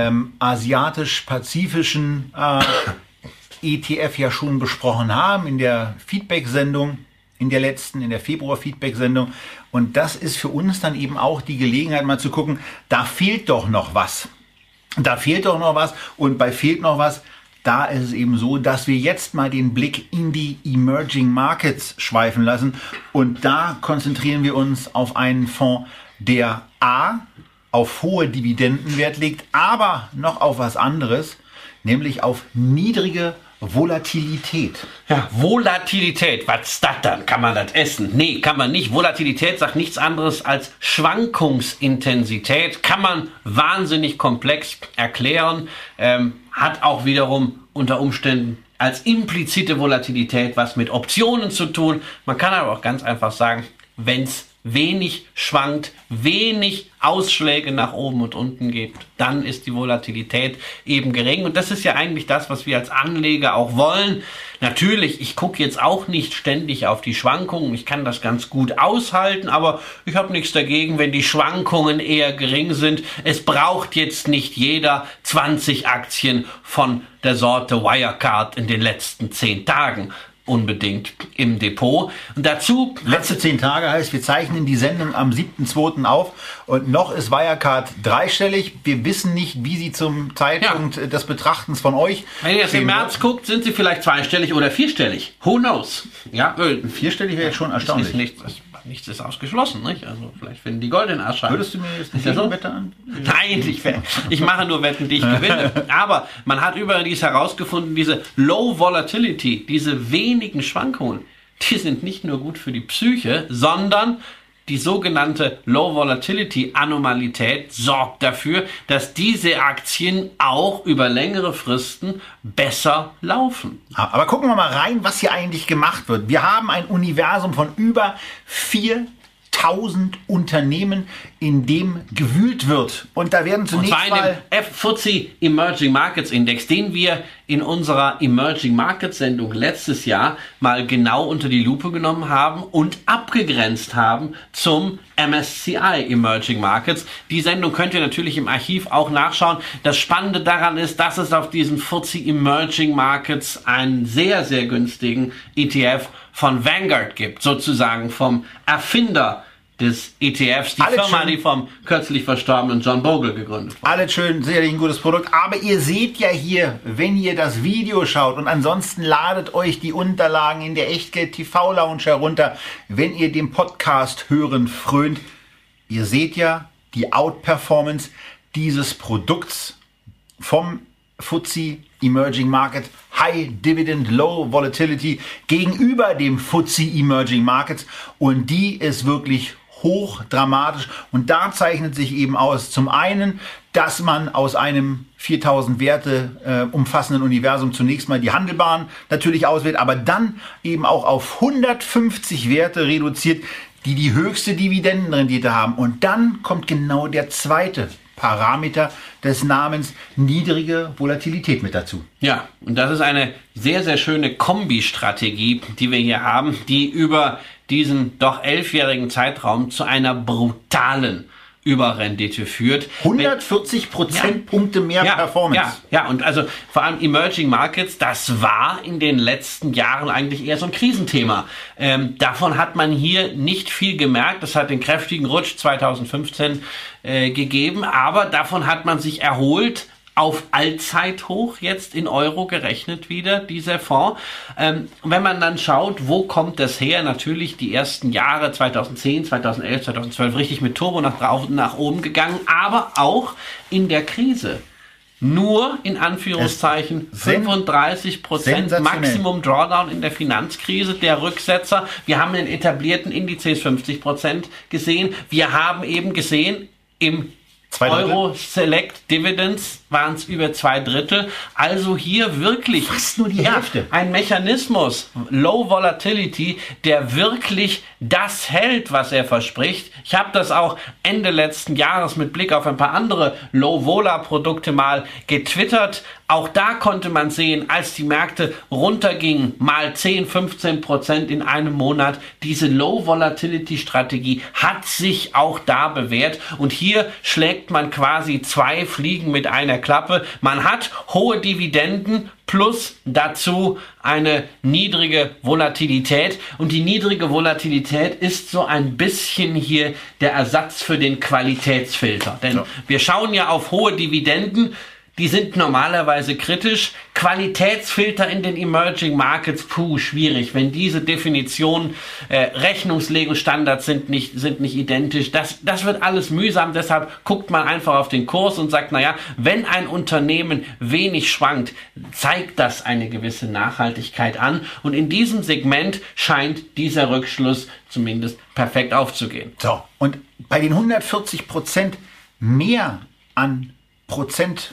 asiatisch-pazifischen ETF ja schon besprochen haben in der Feedback-Sendung, in der Februar-Feedback-Sendung. Und das ist für uns dann eben auch die Gelegenheit, mal zu gucken, da fehlt doch noch was. Und bei fehlt noch was, da ist es eben so, dass wir jetzt mal den Blick in die Emerging Markets schweifen lassen. Und da konzentrieren wir uns auf einen Fonds, der A, auf hohe Dividenden Wert legt, aber noch auf was anderes, nämlich auf niedrige Volatilität. Ja, Volatilität, was ist das dann? Kann man das essen? Nee, kann man nicht. Volatilität sagt nichts anderes als Schwankungsintensität. Kann man wahnsinnig komplex erklären. Hat auch wiederum unter Umständen als implizite Volatilität was mit Optionen zu tun. Man kann aber auch ganz einfach sagen, wenn es wenig schwankt, wenig Ausschläge nach oben und unten gibt, dann ist die Volatilität eben gering. Und das ist ja eigentlich das, was wir als Anleger auch wollen. Natürlich, ich gucke jetzt auch nicht ständig auf die Schwankungen. Ich kann das ganz gut aushalten, aber ich habe nichts dagegen, wenn die Schwankungen eher gering sind. Es braucht jetzt nicht jeder 20 Aktien von der Sorte Wirecard in den letzten 10 Tagen unbedingt im Depot. Und dazu... Letzte 10 Tage heißt, wir zeichnen die Sendung am 7.2. auf und noch ist Wirecard dreistellig. Wir wissen nicht, wie sie zum Zeitpunkt des Betrachtens von euch... Wenn ihr jetzt im März guckt, sind sie vielleicht zweistellig oder vierstellig. Who knows? Ja, vierstellig wäre schon erstaunlich. Nichts ist ausgeschlossen, nicht? Also vielleicht finden die goldenen Asche. Würdest du mir jetzt eine Wette an? Nein, ich mache nur Wetten, die ich gewinne. Aber man hat überdies herausgefunden, diese Low Volatility, diese wenigen Schwankungen, die sind nicht nur gut für die Psyche, sondern die sogenannte Low Volatility Anomalität sorgt dafür, dass diese Aktien auch über längere Fristen besser laufen. Aber gucken wir mal rein, was hier eigentlich gemacht wird. Wir haben ein Universum von über 4000 Unternehmen, in dem gewühlt wird. Und da werden zunächst mal... Und zwar in dem FTSE Emerging Markets Index, den wir in unserer Emerging Markets Sendung letztes Jahr mal genau unter die Lupe genommen haben und abgegrenzt haben zum MSCI Emerging Markets. Die Sendung könnt ihr natürlich im Archiv auch nachschauen. Das Spannende daran ist, dass es auf diesen FTSE Emerging Markets einen sehr, sehr günstigen ETF von Vanguard gibt, sozusagen vom Erfinder des ETFs, die Firma, die vom kürzlich verstorbenen John Bogle gegründet wurde. Alles schön, sicherlich ein gutes Produkt, aber ihr seht ja hier, wenn ihr das Video schaut und ansonsten ladet euch die Unterlagen in der Echtgeld TV Lounge herunter, wenn ihr dem Podcast hören frönt, ihr seht ja die Outperformance dieses Produkts vom FTSE Emerging Market High Dividend Low Volatility gegenüber dem FTSE Emerging Markets und die ist wirklich hochdramatisch. Und da zeichnet sich eben aus, zum einen, dass man aus einem 4000 Werte umfassenden Universum zunächst mal die handelbaren natürlich auswählt, aber dann eben auch auf 150 Werte reduziert, die die höchste Dividendenrendite haben. Und dann kommt genau der zweite Parameter des Namens niedrige Volatilität mit dazu. Ja, und das ist eine sehr, sehr schöne Kombi-Strategie, die wir hier haben, die über diesen doch 11-jährigen Zeitraum zu einer brutalen Überrendite führt. 140 Prozentpunkte mehr Performance. Ja, und also vor allem Emerging Markets, das war in den letzten Jahren eigentlich eher so ein Krisenthema. Davon hat man hier nicht viel gemerkt. Das hat den kräftigen Rutsch 2015 gegeben, aber davon hat man sich erholt. Auf Allzeithoch jetzt in Euro gerechnet wieder, dieser Fonds. Wenn man dann schaut, wo kommt das her? Natürlich die ersten Jahre 2010, 2011, 2012 richtig mit Turbo nach oben gegangen, aber auch in der Krise. Nur in Anführungszeichen 35% Maximum Drawdown in der Finanzkrise, der Rücksetzer. Wir haben in etablierten Indizes 50% gesehen. Wir haben eben gesehen, im Euro Select Dividends waren es über 2/3. Also hier wirklich fast nur die Hälfte. Ein Mechanismus, Low Volatility, der wirklich das hält, was er verspricht. Ich habe das auch Ende letzten Jahres mit Blick auf ein paar andere Low Vola Produkte mal getwittert. Auch da konnte man sehen, als die Märkte runtergingen, mal 10-15% in einem Monat, diese Low Volatility Strategie hat sich auch da bewährt. Und hier schlägt man quasi zwei Fliegen mit einer Klappe. Man hat hohe Dividenden plus dazu eine niedrige Volatilität. Und die niedrige Volatilität ist so ein bisschen hier der Ersatz für den Qualitätsfilter. Denn wir schauen ja auf hohe Dividenden. Die sind normalerweise kritisch. Qualitätsfilter in den Emerging Markets, schwierig. Wenn diese Definitionen, Rechnungslegungsstandards sind nicht identisch. Das wird alles mühsam. Deshalb guckt man einfach auf den Kurs und sagt, naja, wenn ein Unternehmen wenig schwankt, zeigt das eine gewisse Nachhaltigkeit an. Und in diesem Segment scheint dieser Rückschluss zumindest perfekt aufzugehen. So, und bei den 140% mehr an Prozent,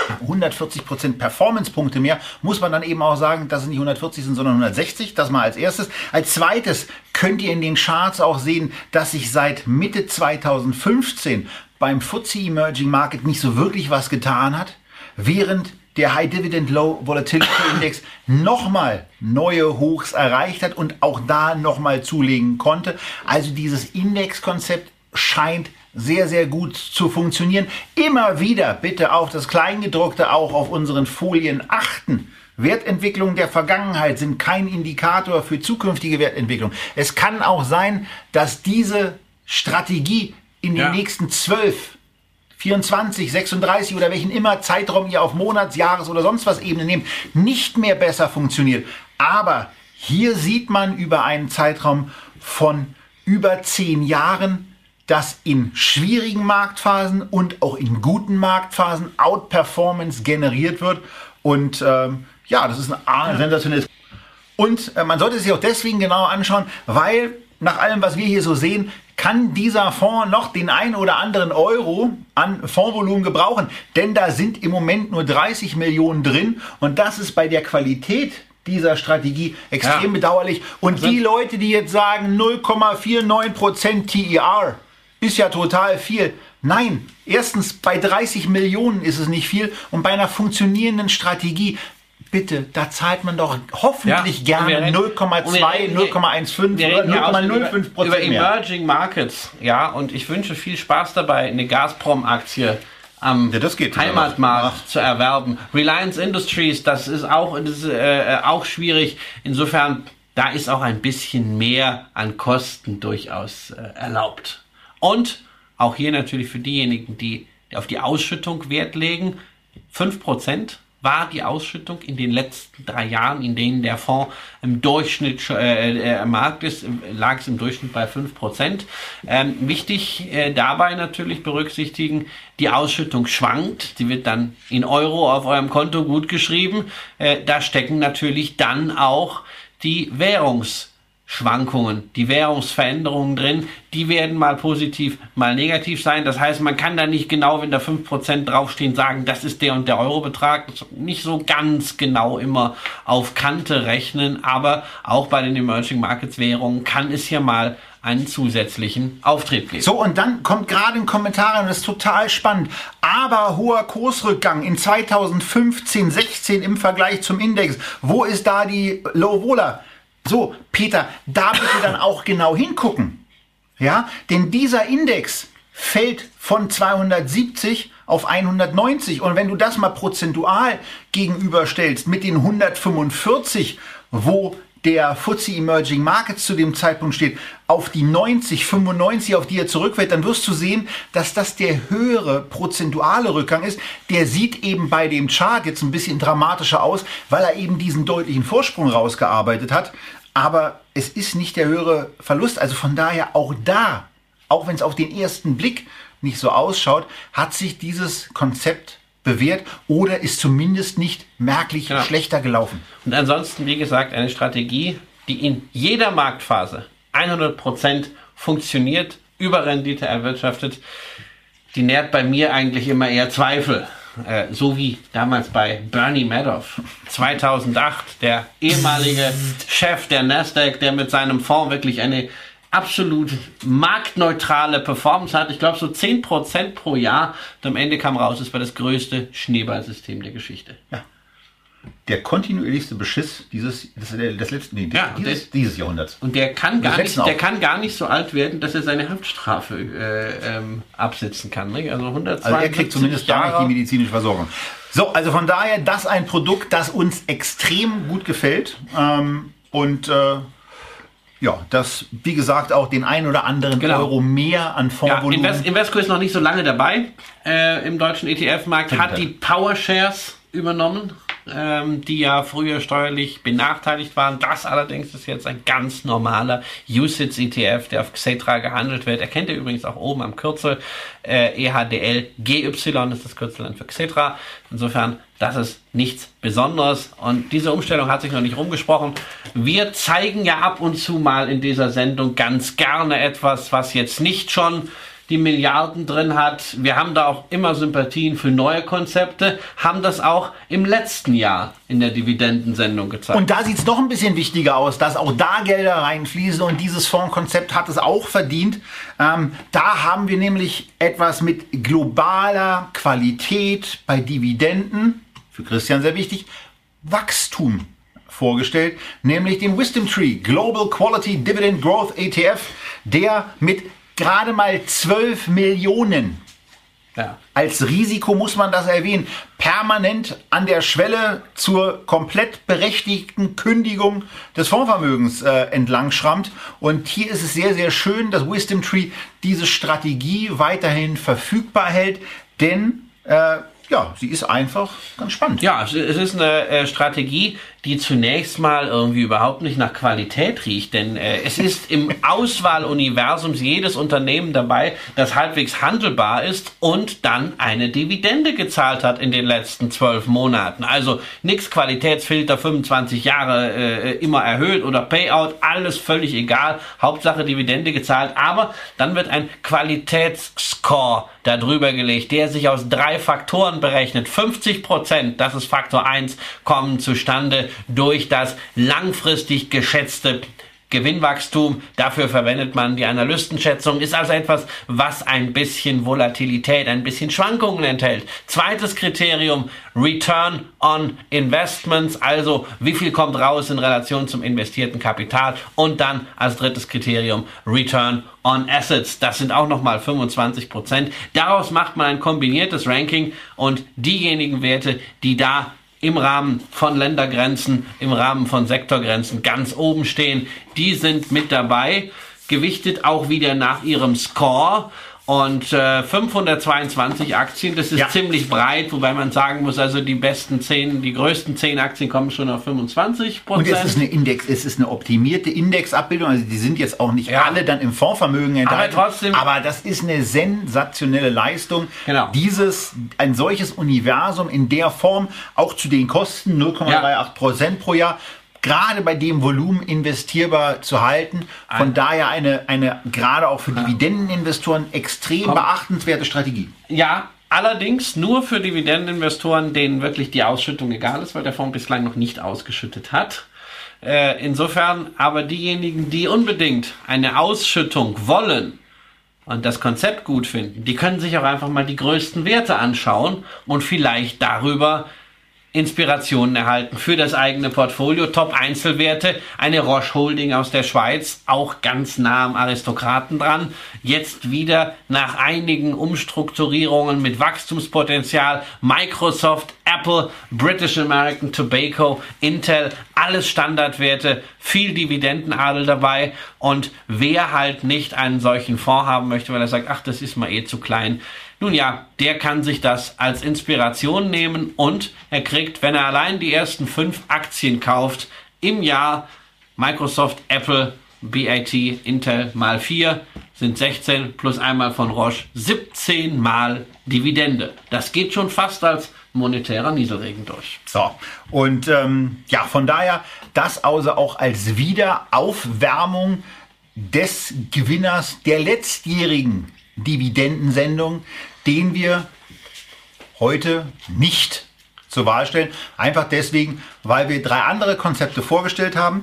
140% Performance-Punkte mehr, muss man dann eben auch sagen, dass es nicht 140 sind, sondern 160. Das mal als erstes. Als zweites könnt ihr in den Charts auch sehen, dass sich seit Mitte 2015 beim FTSE Emerging Market nicht so wirklich was getan hat, während der High Dividend Low Volatility Index nochmal neue Hochs erreicht hat und auch da nochmal zulegen konnte. Also dieses Indexkonzept scheint sehr, sehr gut zu funktionieren. Immer wieder bitte auf das Kleingedruckte auch auf unseren Folien achten. Wertentwicklungen der Vergangenheit sind kein Indikator für zukünftige Wertentwicklung. Es kann auch sein, dass diese Strategie in den nächsten 12, 24, 36 oder welchen immer Zeitraum ihr auf Monats-, Jahres- oder sonst was Ebene nehmt, nicht mehr besser funktioniert. Aber hier sieht man über einen Zeitraum von über 10 Jahren, dass in schwierigen Marktphasen und auch in guten Marktphasen Outperformance generiert wird. Und das ist ein sensationelles. Und man sollte es sich auch deswegen genauer anschauen, weil nach allem, was wir hier so sehen, kann dieser Fonds noch den ein oder anderen Euro an Fondsvolumen gebrauchen. Denn da sind im Moment nur 30 Millionen drin. Und das ist bei der Qualität dieser Strategie extrem bedauerlich. Und die Leute, die jetzt sagen 0,49% TER, ist ja total viel. Nein, erstens, bei 30 Millionen ist es nicht viel und bei einer funktionierenden Strategie, bitte, da zahlt man doch hoffentlich gerne 0,2, 0,15 oder 0,05% über Emerging Markets. Ja, und ich wünsche viel Spaß dabei, eine Gazprom-Aktie am Heimatmarkt zu erwerben. Reliance Industries, das ist auch schwierig. Insofern, da ist auch ein bisschen mehr an Kosten durchaus erlaubt. Und auch hier natürlich für diejenigen, die auf die Ausschüttung Wert legen, 5% war die Ausschüttung in den letzten 3 Jahren, in denen der Fonds im Durchschnitt am Markt ist, lag es im Durchschnitt bei 5%. Wichtig dabei natürlich berücksichtigen, die Ausschüttung schwankt, die wird dann in Euro auf eurem Konto gut geschrieben. Da stecken natürlich dann auch die Schwankungen, die Währungsveränderungen drin, die werden mal positiv, mal negativ sein. Das heißt, man kann da nicht genau, wenn da 5% draufstehen, sagen, das ist der und der Eurobetrag. Nicht so ganz genau immer auf Kante rechnen, aber auch bei den Emerging Markets Währungen kann es hier mal einen zusätzlichen Auftrieb geben. So, und dann kommt gerade ein Kommentar, und das ist total spannend. Aber hoher Kursrückgang in 2015, 16 im Vergleich zum Index. Wo ist da die Low Vola? So, Peter, da bitte dann auch genau hingucken. Ja, denn dieser Index fällt von 270 auf 190. Und wenn du das mal prozentual gegenüberstellst mit den 145, wo der FTSE Emerging Markets zu dem Zeitpunkt steht, auf die 90, 95, auf die er zurückfällt, dann wirst du sehen, dass das der höhere prozentuale Rückgang ist. Der sieht eben bei dem Chart jetzt ein bisschen dramatischer aus, weil er eben diesen deutlichen Vorsprung rausgearbeitet hat. Aber es ist nicht der höhere Verlust. Also von daher auch da, auch wenn es auf den ersten Blick nicht so ausschaut, hat sich dieses Konzept bewährt oder ist zumindest nicht merklich schlechter gelaufen. Und ansonsten, wie gesagt, eine Strategie, die in jeder Marktphase 100% funktioniert, Überrendite erwirtschaftet, die nährt bei mir eigentlich immer eher Zweifel. So wie damals bei Bernie Madoff 2008, der ehemalige Chef der Nasdaq, der mit seinem Fonds wirklich eine absolut marktneutrale Performance hat. Ich glaube so 10% pro Jahr. Und am Ende kam raus, es war das größte Schneeballsystem der Geschichte. Ja. Der kontinuierlichste Beschiss dieses Jahrhunderts. Und der kann gar nicht so alt werden, dass er seine Haftstrafe absitzen kann. Ne? Also 120 Also er kriegt zumindest gar nicht die medizinische Versorgung. So, also von daher, das ein Produkt, das uns extrem gut gefällt. Ja, das, wie gesagt, auch den einen oder anderen Euro mehr an Fondsvolumen. Ja, Invesco ist noch nicht so lange dabei im deutschen ETF-Markt, hat die PowerShares übernommen, die ja früher steuerlich benachteiligt waren. Das allerdings ist jetzt ein ganz normaler UCITS-ETF, der auf Xetra gehandelt wird. Erkennt ihr übrigens auch oben am Kürzel. EHDL GY ist das Kürzel für Xetra. Insofern, das ist nichts Besonderes. Und diese Umstellung hat sich noch nicht rumgesprochen. Wir zeigen ja ab und zu mal in dieser Sendung ganz gerne etwas, was jetzt nicht schon die Milliarden drin hat. Wir haben da auch immer Sympathien für neue Konzepte, haben das auch im letzten Jahr in der Dividendensendung gezeigt. Und da sieht es noch ein bisschen wichtiger aus, dass auch da Gelder reinfließen und dieses Fondskonzept hat es auch verdient. Da haben wir nämlich etwas mit globaler Qualität bei Dividenden, für Christian sehr wichtig, Wachstum vorgestellt, nämlich den Wisdom Tree Global Quality Dividend Growth ETF, der mit gerade mal 12 Millionen. Ja. Als Risiko muss man das erwähnen. Permanent an der Schwelle zur komplett berechtigten Kündigung des Fondsvermögens entlang schrammt. Und hier ist es sehr, sehr schön, dass Wisdom Tree diese Strategie weiterhin verfügbar hält. Denn sie ist einfach ganz spannend. Ja, es ist eine Strategie, die zunächst mal irgendwie überhaupt nicht nach Qualität riecht, denn es ist im Auswahluniversum jedes Unternehmen dabei, das halbwegs handelbar ist und dann eine Dividende gezahlt hat in den letzten 12 Monaten. Also nix Qualitätsfilter, 25 Jahre immer erhöht oder Payout, alles völlig egal. Hauptsache Dividende gezahlt, aber dann wird ein Qualitätsscore darüber gelegt, der sich aus 3 Faktoren berechnet. 50%, das ist Faktor 1, kommen zustande durch das langfristig geschätzte Gewinnwachstum. Dafür verwendet man die Analystenschätzung. Ist also etwas, was ein bisschen Volatilität, ein bisschen Schwankungen enthält. Zweites Kriterium, Return on Investments, also wie viel kommt raus in Relation zum investierten Kapital. Und dann als drittes Kriterium, Return on Assets. Das sind auch nochmal 25%. Daraus macht man ein kombiniertes Ranking und diejenigen Werte, die da im Rahmen von Ländergrenzen, im Rahmen von Sektorgrenzen ganz oben stehen, die sind mit dabei, gewichtet auch wieder nach ihrem Score. Und 522 Aktien, das ist ziemlich breit, wobei man sagen muss, also die größten 10 Aktien kommen schon auf 25%. Und es ist eine optimierte Indexabbildung, also die sind jetzt auch nicht alle dann im Fondsvermögen enthalten. Aber das ist eine sensationelle Leistung, ein solches Universum in der Form, auch zu den Kosten 0,38% pro Jahr, gerade bei dem Volumen investierbar zu halten. Von daher eine gerade auch für Dividendeninvestoren extrem beachtenswerte Strategie. Ja, allerdings nur für Dividendeninvestoren, denen wirklich die Ausschüttung egal ist, weil der Fonds bislang noch nicht ausgeschüttet hat. Insofern aber diejenigen, die unbedingt eine Ausschüttung wollen und das Konzept gut finden, die können sich auch einfach mal die größten Werte anschauen und vielleicht darüber Inspirationen erhalten für das eigene Portfolio. Top-Einzelwerte, eine Roche Holding aus der Schweiz, auch ganz nah am Aristokraten dran. Jetzt wieder nach einigen Umstrukturierungen mit Wachstumspotenzial, Microsoft, Apple, British American Tobacco, Intel, alles Standardwerte, viel Dividendenadel dabei. Und wer halt nicht einen solchen Fonds haben möchte, weil er sagt, ach, das ist mal zu klein, nun ja, der kann sich das als Inspiration nehmen und er kriegt, wenn er allein die ersten 5 Aktien kauft, im Jahr Microsoft, Apple, BAT, Intel mal 4 sind 16 plus einmal von Roche 17 mal Dividende. Das geht schon fast als monetärer Nieselregen durch. So, und von daher das also auch als Wiederaufwärmung des Gewinners der letztjährigen Dividendensendung, den wir heute nicht zur Wahl stellen. Einfach deswegen, weil wir 3 andere Konzepte vorgestellt haben,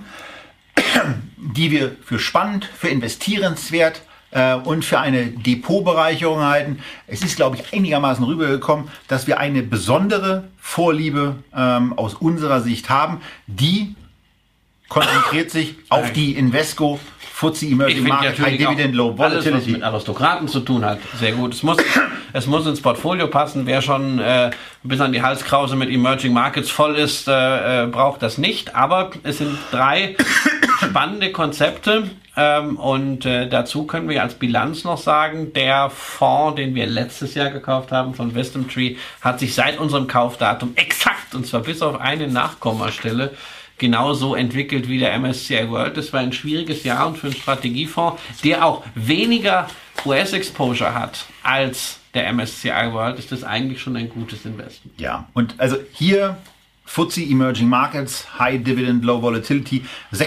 die wir für spannend, für investierenswert und für eine Depotbereicherung halten. Es ist, glaube ich, einigermaßen rübergekommen, dass wir eine besondere Vorliebe aus unserer Sicht haben, die konzentriert sich auf die Invesco FTSE Emerging Market High Dividend Low Volatility. Alles, was mit Aristokraten zu tun hat, sehr gut. Es muss ins Portfolio passen. Wer schon bis an die Halskrause mit Emerging Markets voll ist, braucht das nicht. Aber es sind 3 spannende Konzepte. Und dazu können wir als Bilanz noch sagen, der Fonds, den wir letztes Jahr gekauft haben von Wisdom Tree, hat sich seit unserem Kaufdatum exakt, und zwar bis auf eine Nachkommastelle, genauso entwickelt wie der MSCI World. Das war ein schwieriges Jahr und für einen Strategiefonds, der auch weniger US-Exposure hat als der MSCI World, ist das eigentlich schon ein gutes Investment. Ja, und also hier FTSE Emerging Markets, High Dividend, Low Volatility,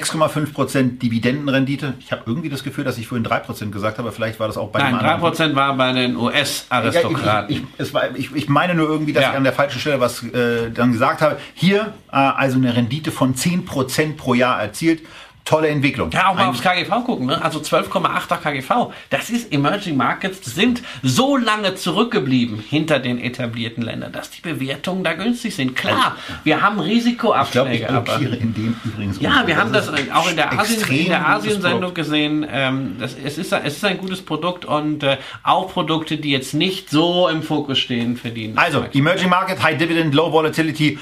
6,5% Dividendenrendite. Ich habe irgendwie das Gefühl, dass ich vorhin 3% gesagt habe, vielleicht war das auch bei den anderen. 3% war bei den US-Aristokraten. Ich meine nur irgendwie, dass ich an der falschen Stelle was dann gesagt habe. Hier also eine Rendite von 10% pro Jahr erzielt. Tolle Entwicklung. Ja, auch mal aufs KGV gucken, ne? Also 12,8er KGV. Das ist, Emerging Markets sind so lange zurückgeblieben hinter den etablierten Ländern, dass die Bewertungen da günstig sind. Klar, wir haben Risikoabschläge. Ich blockiere in dem übrigens. Ja, wir haben das auch in der Asien-Sendung gesehen. Es ist ein gutes Produkt und auch Produkte, die jetzt nicht so im Fokus stehen, verdienen. Also, Emerging Market, High Dividend, Low Volatility,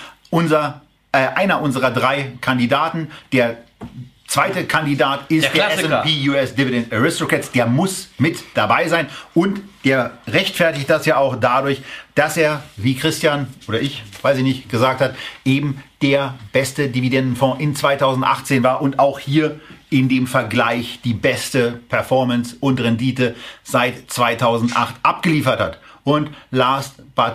einer unserer 3 Kandidaten, der zweite Kandidat ist der S&P US Dividend Aristocrats. Der muss mit dabei sein und der rechtfertigt das ja auch dadurch, dass er, wie Christian oder ich, weiß ich nicht, gesagt hat, eben der beste Dividendenfonds in 2018 war und auch hier in dem Vergleich die beste Performance und Rendite seit 2008 abgeliefert hat. Und last but,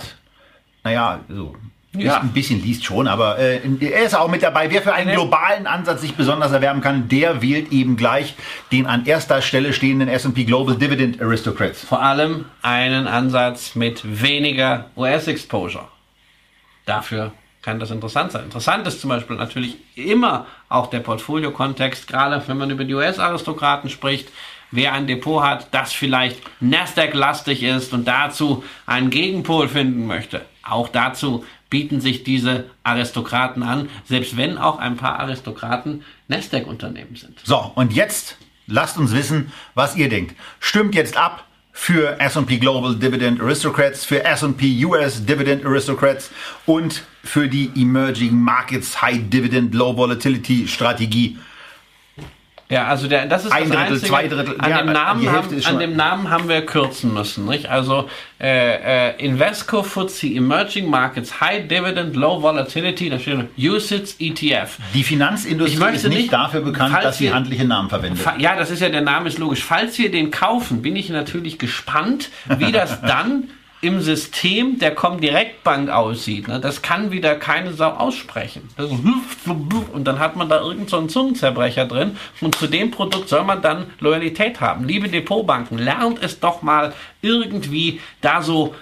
ein bisschen liest schon, aber er ist auch mit dabei. Wer für einen globalen Ansatz sich besonders erwerben kann, der wählt eben gleich den an erster Stelle stehenden S&P Global Dividend Aristocrats. Vor allem einen Ansatz mit weniger US-Exposure. Dafür kann das interessant sein. Interessant ist zum Beispiel natürlich immer auch der Portfolio-Kontext, gerade wenn man über die US-Aristokraten spricht. Wer ein Depot hat, das vielleicht Nasdaq-lastig ist und dazu einen Gegenpol finden möchte, auch dazu bieten sich diese Aristokraten an, selbst wenn auch ein paar Aristokraten Nasdaq-Unternehmen sind. So, und jetzt lasst uns wissen, was ihr denkt. Stimmt jetzt ab für S&P Global Dividend Aristocrats, für S&P US Dividend Aristocrats und für die Emerging Markets High Dividend Low Volatility Strategie. Ja, also das ist ein das Drittel, Einzige, 2 Drittel. An dem Namen haben wir kürzen müssen, nicht? Also Invesco FTSE Emerging Markets High Dividend Low Volatility, da steht UCITS ETF. Die Finanzindustrie ist nicht dafür bekannt, dass sie handliche Namen verwendet. Ja, das ist ja, der Name ist logisch. Falls wir den kaufen, bin ich natürlich gespannt, wie das dann im System der Comdirect Bank aussieht, ne, das kann wieder keine Sau aussprechen. Und dann hat man da irgend so einen Zungenzerbrecher drin und zu dem Produkt soll man dann Loyalität haben. Liebe Depotbanken, lernt es doch mal irgendwie da so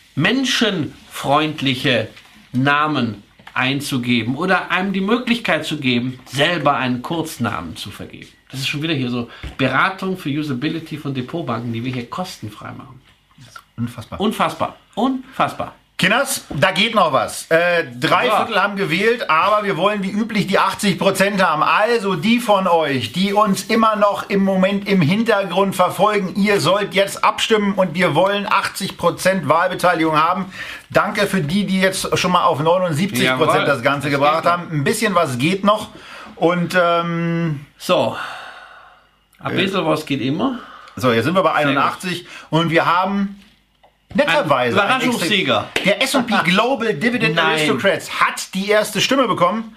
menschenfreundliche Namen einzugeben oder einem die Möglichkeit zu geben, selber einen Kurznamen zu vergeben. Das ist schon wieder hier so Beratung für Usability von Depotbanken, die wir hier kostenfrei machen. Unfassbar. Unfassbar. Unfassbar. Kinders, da geht noch was. 3/4 haben gewählt, aber wir wollen wie üblich die 80% haben. Also die von euch, die uns immer noch im Moment im Hintergrund verfolgen, ihr sollt jetzt abstimmen und wir wollen 80% Wahlbeteiligung haben. Danke für die jetzt schon mal auf 79% Jawohl, das Ganze gebracht haben. Ein bisschen was geht noch. Und so, ein bisschen was geht immer. so, jetzt sind wir bei 81 und wir haben netterweise Ein Überraschungssieger. Der S&P Global Dividend Nein. Aristocrats hat die erste Stimme bekommen.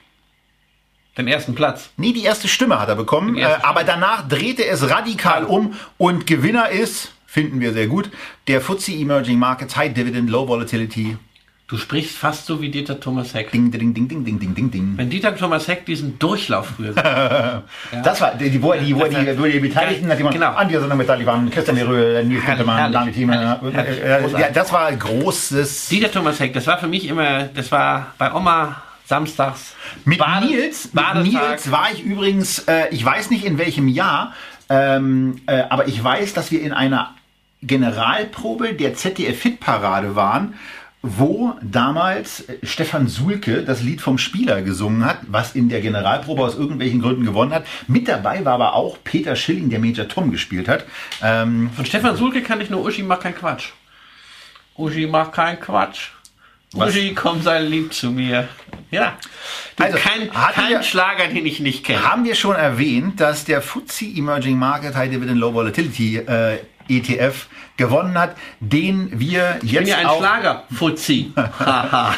Den ersten Platz. Nee, die erste Stimme hat er bekommen. Die erste Aber danach drehte es radikal um und Gewinner ist, finden wir sehr gut, der FTSE Emerging Markets High Dividend Low Volatility. Du sprichst fast so wie Dieter Thomas Heck. Ding, ding, ding, ding, ding, ding, ding, ding. Wenn Dieter Thomas Heck diesen Durchlauf früher gemacht Das war die Beteiligten, hat jemand Genau. an dieser Sendung beteiligt waren. Christian Röhl, Nils Kuntermann, Daniel Thiemann. herrlich. Ja, das war ein großes. Dieter Thomas Heck, das war für mich immer, das war bei Oma samstags. Mit Nils war ich übrigens, ich weiß nicht in welchem Jahr, aber ich weiß, dass wir in einer Generalprobe der ZDF-Hitparade waren, wo damals Stefan Sulke das Lied vom Spieler gesungen hat, was in der Generalprobe aus irgendwelchen Gründen gewonnen hat. Mit dabei war aber auch Peter Schilling, der Major Tom gespielt hat. Von Stefan Sulke kann ich nur Uschi macht keinen Quatsch. Uschi macht keinen Quatsch. Was? Uschi, komm, sei lieb zu mir. Ja. Du, Also, kein Schlager, den ich nicht kenne. Haben wir schon erwähnt, dass der FTSE Emerging Market High Dividend Low Volatility ETF gewonnen hat, den wir jetzt Ich bin ja ein auch... Schlager-Fuzzi. Haha.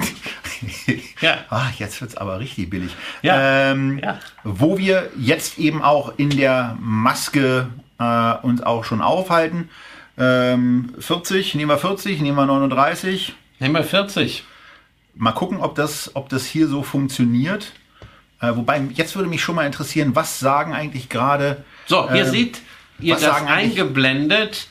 Ja. Jetzt wird es aber richtig billig. Ja. Ja. Wo wir jetzt eben auch in der Maske uns auch schon aufhalten. 40, nehmen wir 40, nehmen wir 39. Nehmen wir 40. Mal gucken, ob das hier so funktioniert. Wobei, jetzt würde mich schon mal interessieren, was sagen eigentlich gerade... So, hier seht ihr was das sagen eigentlich- eingeblendet.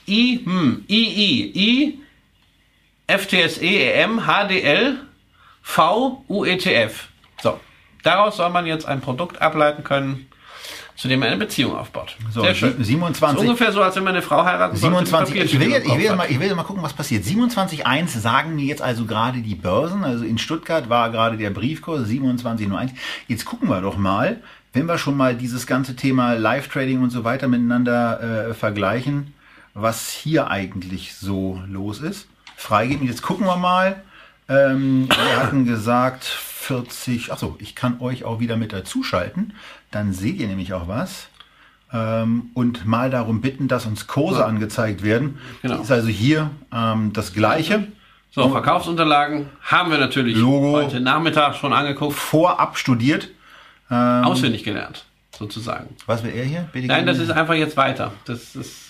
I, FTSE, EM, HDL, V, UETF. So, daraus soll man jetzt ein Produkt ableiten können, zu dem man eine Beziehung aufbaut. So, Sehr schön. 27. Das ist ungefähr so, als wenn man eine Frau heiraten sollte, die 27, ich will Papiertüten jetzt mal gucken, was passiert. 27,1 sagen mir jetzt also gerade die Börsen. Also in Stuttgart war gerade der Briefkurs 27,01. Jetzt gucken wir doch mal, wenn wir schon mal dieses ganze Thema Live-Trading und so weiter miteinander vergleichen, was hier eigentlich so los ist. Freigeben. Jetzt gucken wir mal. Wir hatten gesagt 40. Achso, ich kann euch auch wieder mit dazuschalten. Dann seht ihr nämlich auch was. Und mal darum bitten, dass uns Kurse angezeigt werden. Genau. Ist also hier das Gleiche. So, Verkaufsunterlagen haben wir natürlich Logo. heute Nachmittag schon angeguckt, Vorab studiert. auswendig gelernt, sozusagen. Was will er hier? Nein, das ist einfach jetzt weiter. Das ist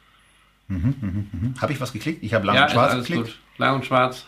Habe ich was geklickt? Ich habe lang ja, und schwarz ist alles geklickt. gut. Lang und schwarz.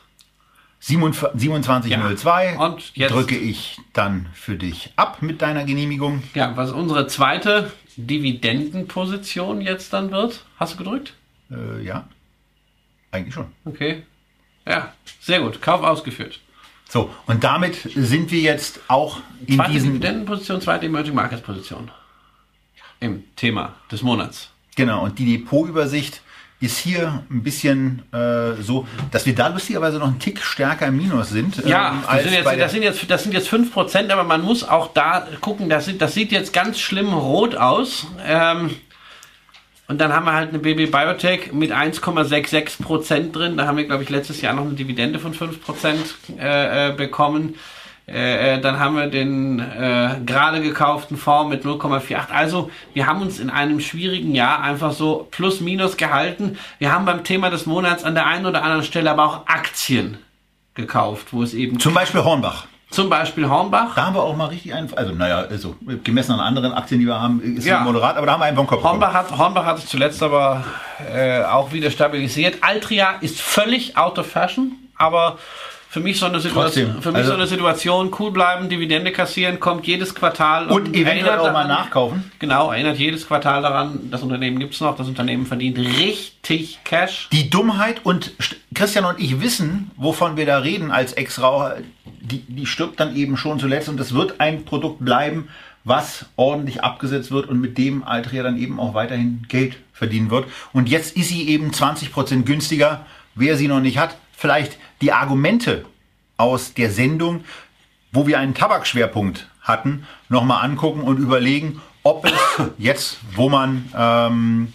27,02. Ja. Und jetzt drücke ich dann für dich ab mit deiner Genehmigung. Ja, was unsere zweite Dividendenposition jetzt dann wird. Hast du gedrückt? Ja, eigentlich schon. Okay. Ja, sehr gut. Kauf ausgeführt. So, und damit sind wir jetzt auch in Zweite diesen... Dividendenposition, zweite Emerging Markets Position. Im Thema des Monats. Genau, und die Depotübersicht ist hier ein bisschen so, dass wir da lustigerweise noch einen Tick stärker im Minus sind. Ja, als bei der, das sind jetzt 5%, aber man muss auch da gucken, das sieht jetzt ganz schlimm rot aus. Und dann haben wir halt eine BB Biotech mit 1,66% drin. Da haben wir, glaube ich, letztes Jahr noch eine Dividende von 5% bekommen. Dann haben wir den gerade gekauften Fonds mit 0,48. Also wir haben uns in einem schwierigen Jahr einfach so plus minus gehalten. Wir haben beim Thema des Monats an der einen oder anderen Stelle aber auch Aktien gekauft, wo es eben... zum Beispiel Hornbach. Zum Beispiel Hornbach. Da haben wir auch mal richtig einen, also gemessen an anderen Aktien, die wir haben, ist ja moderat, aber da haben wir einfach einen Kopf. Hornbach hat sich zuletzt aber auch wieder stabilisiert. Altria ist völlig out of fashion, aber für mich so eine Situation, cool bleiben, Dividende kassieren, kommt jedes Quartal und eventuell auch mal nachkaufen. Genau, erinnert jedes Quartal daran, das Unternehmen gibt es noch, das Unternehmen verdient richtig Cash. Die Dummheit, und Christian und ich wissen, wovon wir da reden als Ex-Raucher, die stirbt dann eben schon zuletzt, und das wird ein Produkt bleiben, was ordentlich abgesetzt wird und mit dem Altria dann eben auch weiterhin Geld verdienen wird. Und jetzt ist sie eben 20% günstiger. Wer sie noch nicht hat, vielleicht die Argumente aus der Sendung, wo wir einen Tabakschwerpunkt hatten, nochmal angucken und überlegen, ob es jetzt, wo man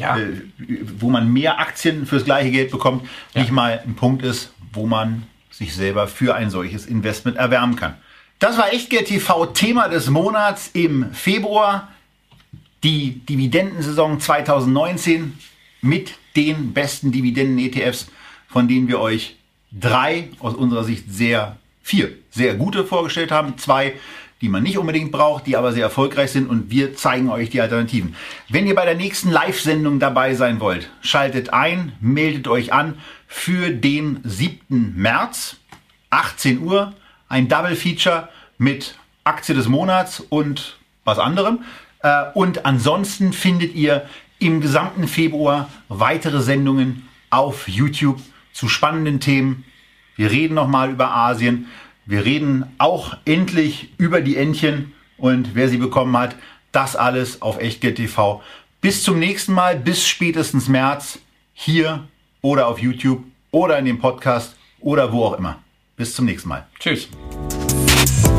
mehr Aktien fürs gleiche Geld bekommt, nicht mal ein Punkt ist, wo man sich selber für ein solches Investment erwärmen kann. Das war Echtgeld TV, Thema des Monats im Februar. Die Dividendensaison 2019 mit den besten Dividenden-ETFs, von denen wir euch 3 aus unserer Sicht 4 sehr gute vorgestellt haben. 2, die man nicht unbedingt braucht, die aber sehr erfolgreich sind, und wir zeigen euch die Alternativen. Wenn ihr bei der nächsten Live-Sendung dabei sein wollt, schaltet ein, meldet euch an für den 7. März, 18 Uhr, ein Double-Feature mit Aktie des Monats und was anderem. Und ansonsten findet ihr im gesamten Februar weitere Sendungen auf YouTube zu spannenden Themen. Wir reden nochmal über Asien. Wir reden auch endlich über die Entchen und wer sie bekommen hat. Das alles auf Echtgeld TV. Bis zum nächsten Mal, bis spätestens März, hier oder auf YouTube oder in dem Podcast oder wo auch immer. Bis zum nächsten Mal. Tschüss.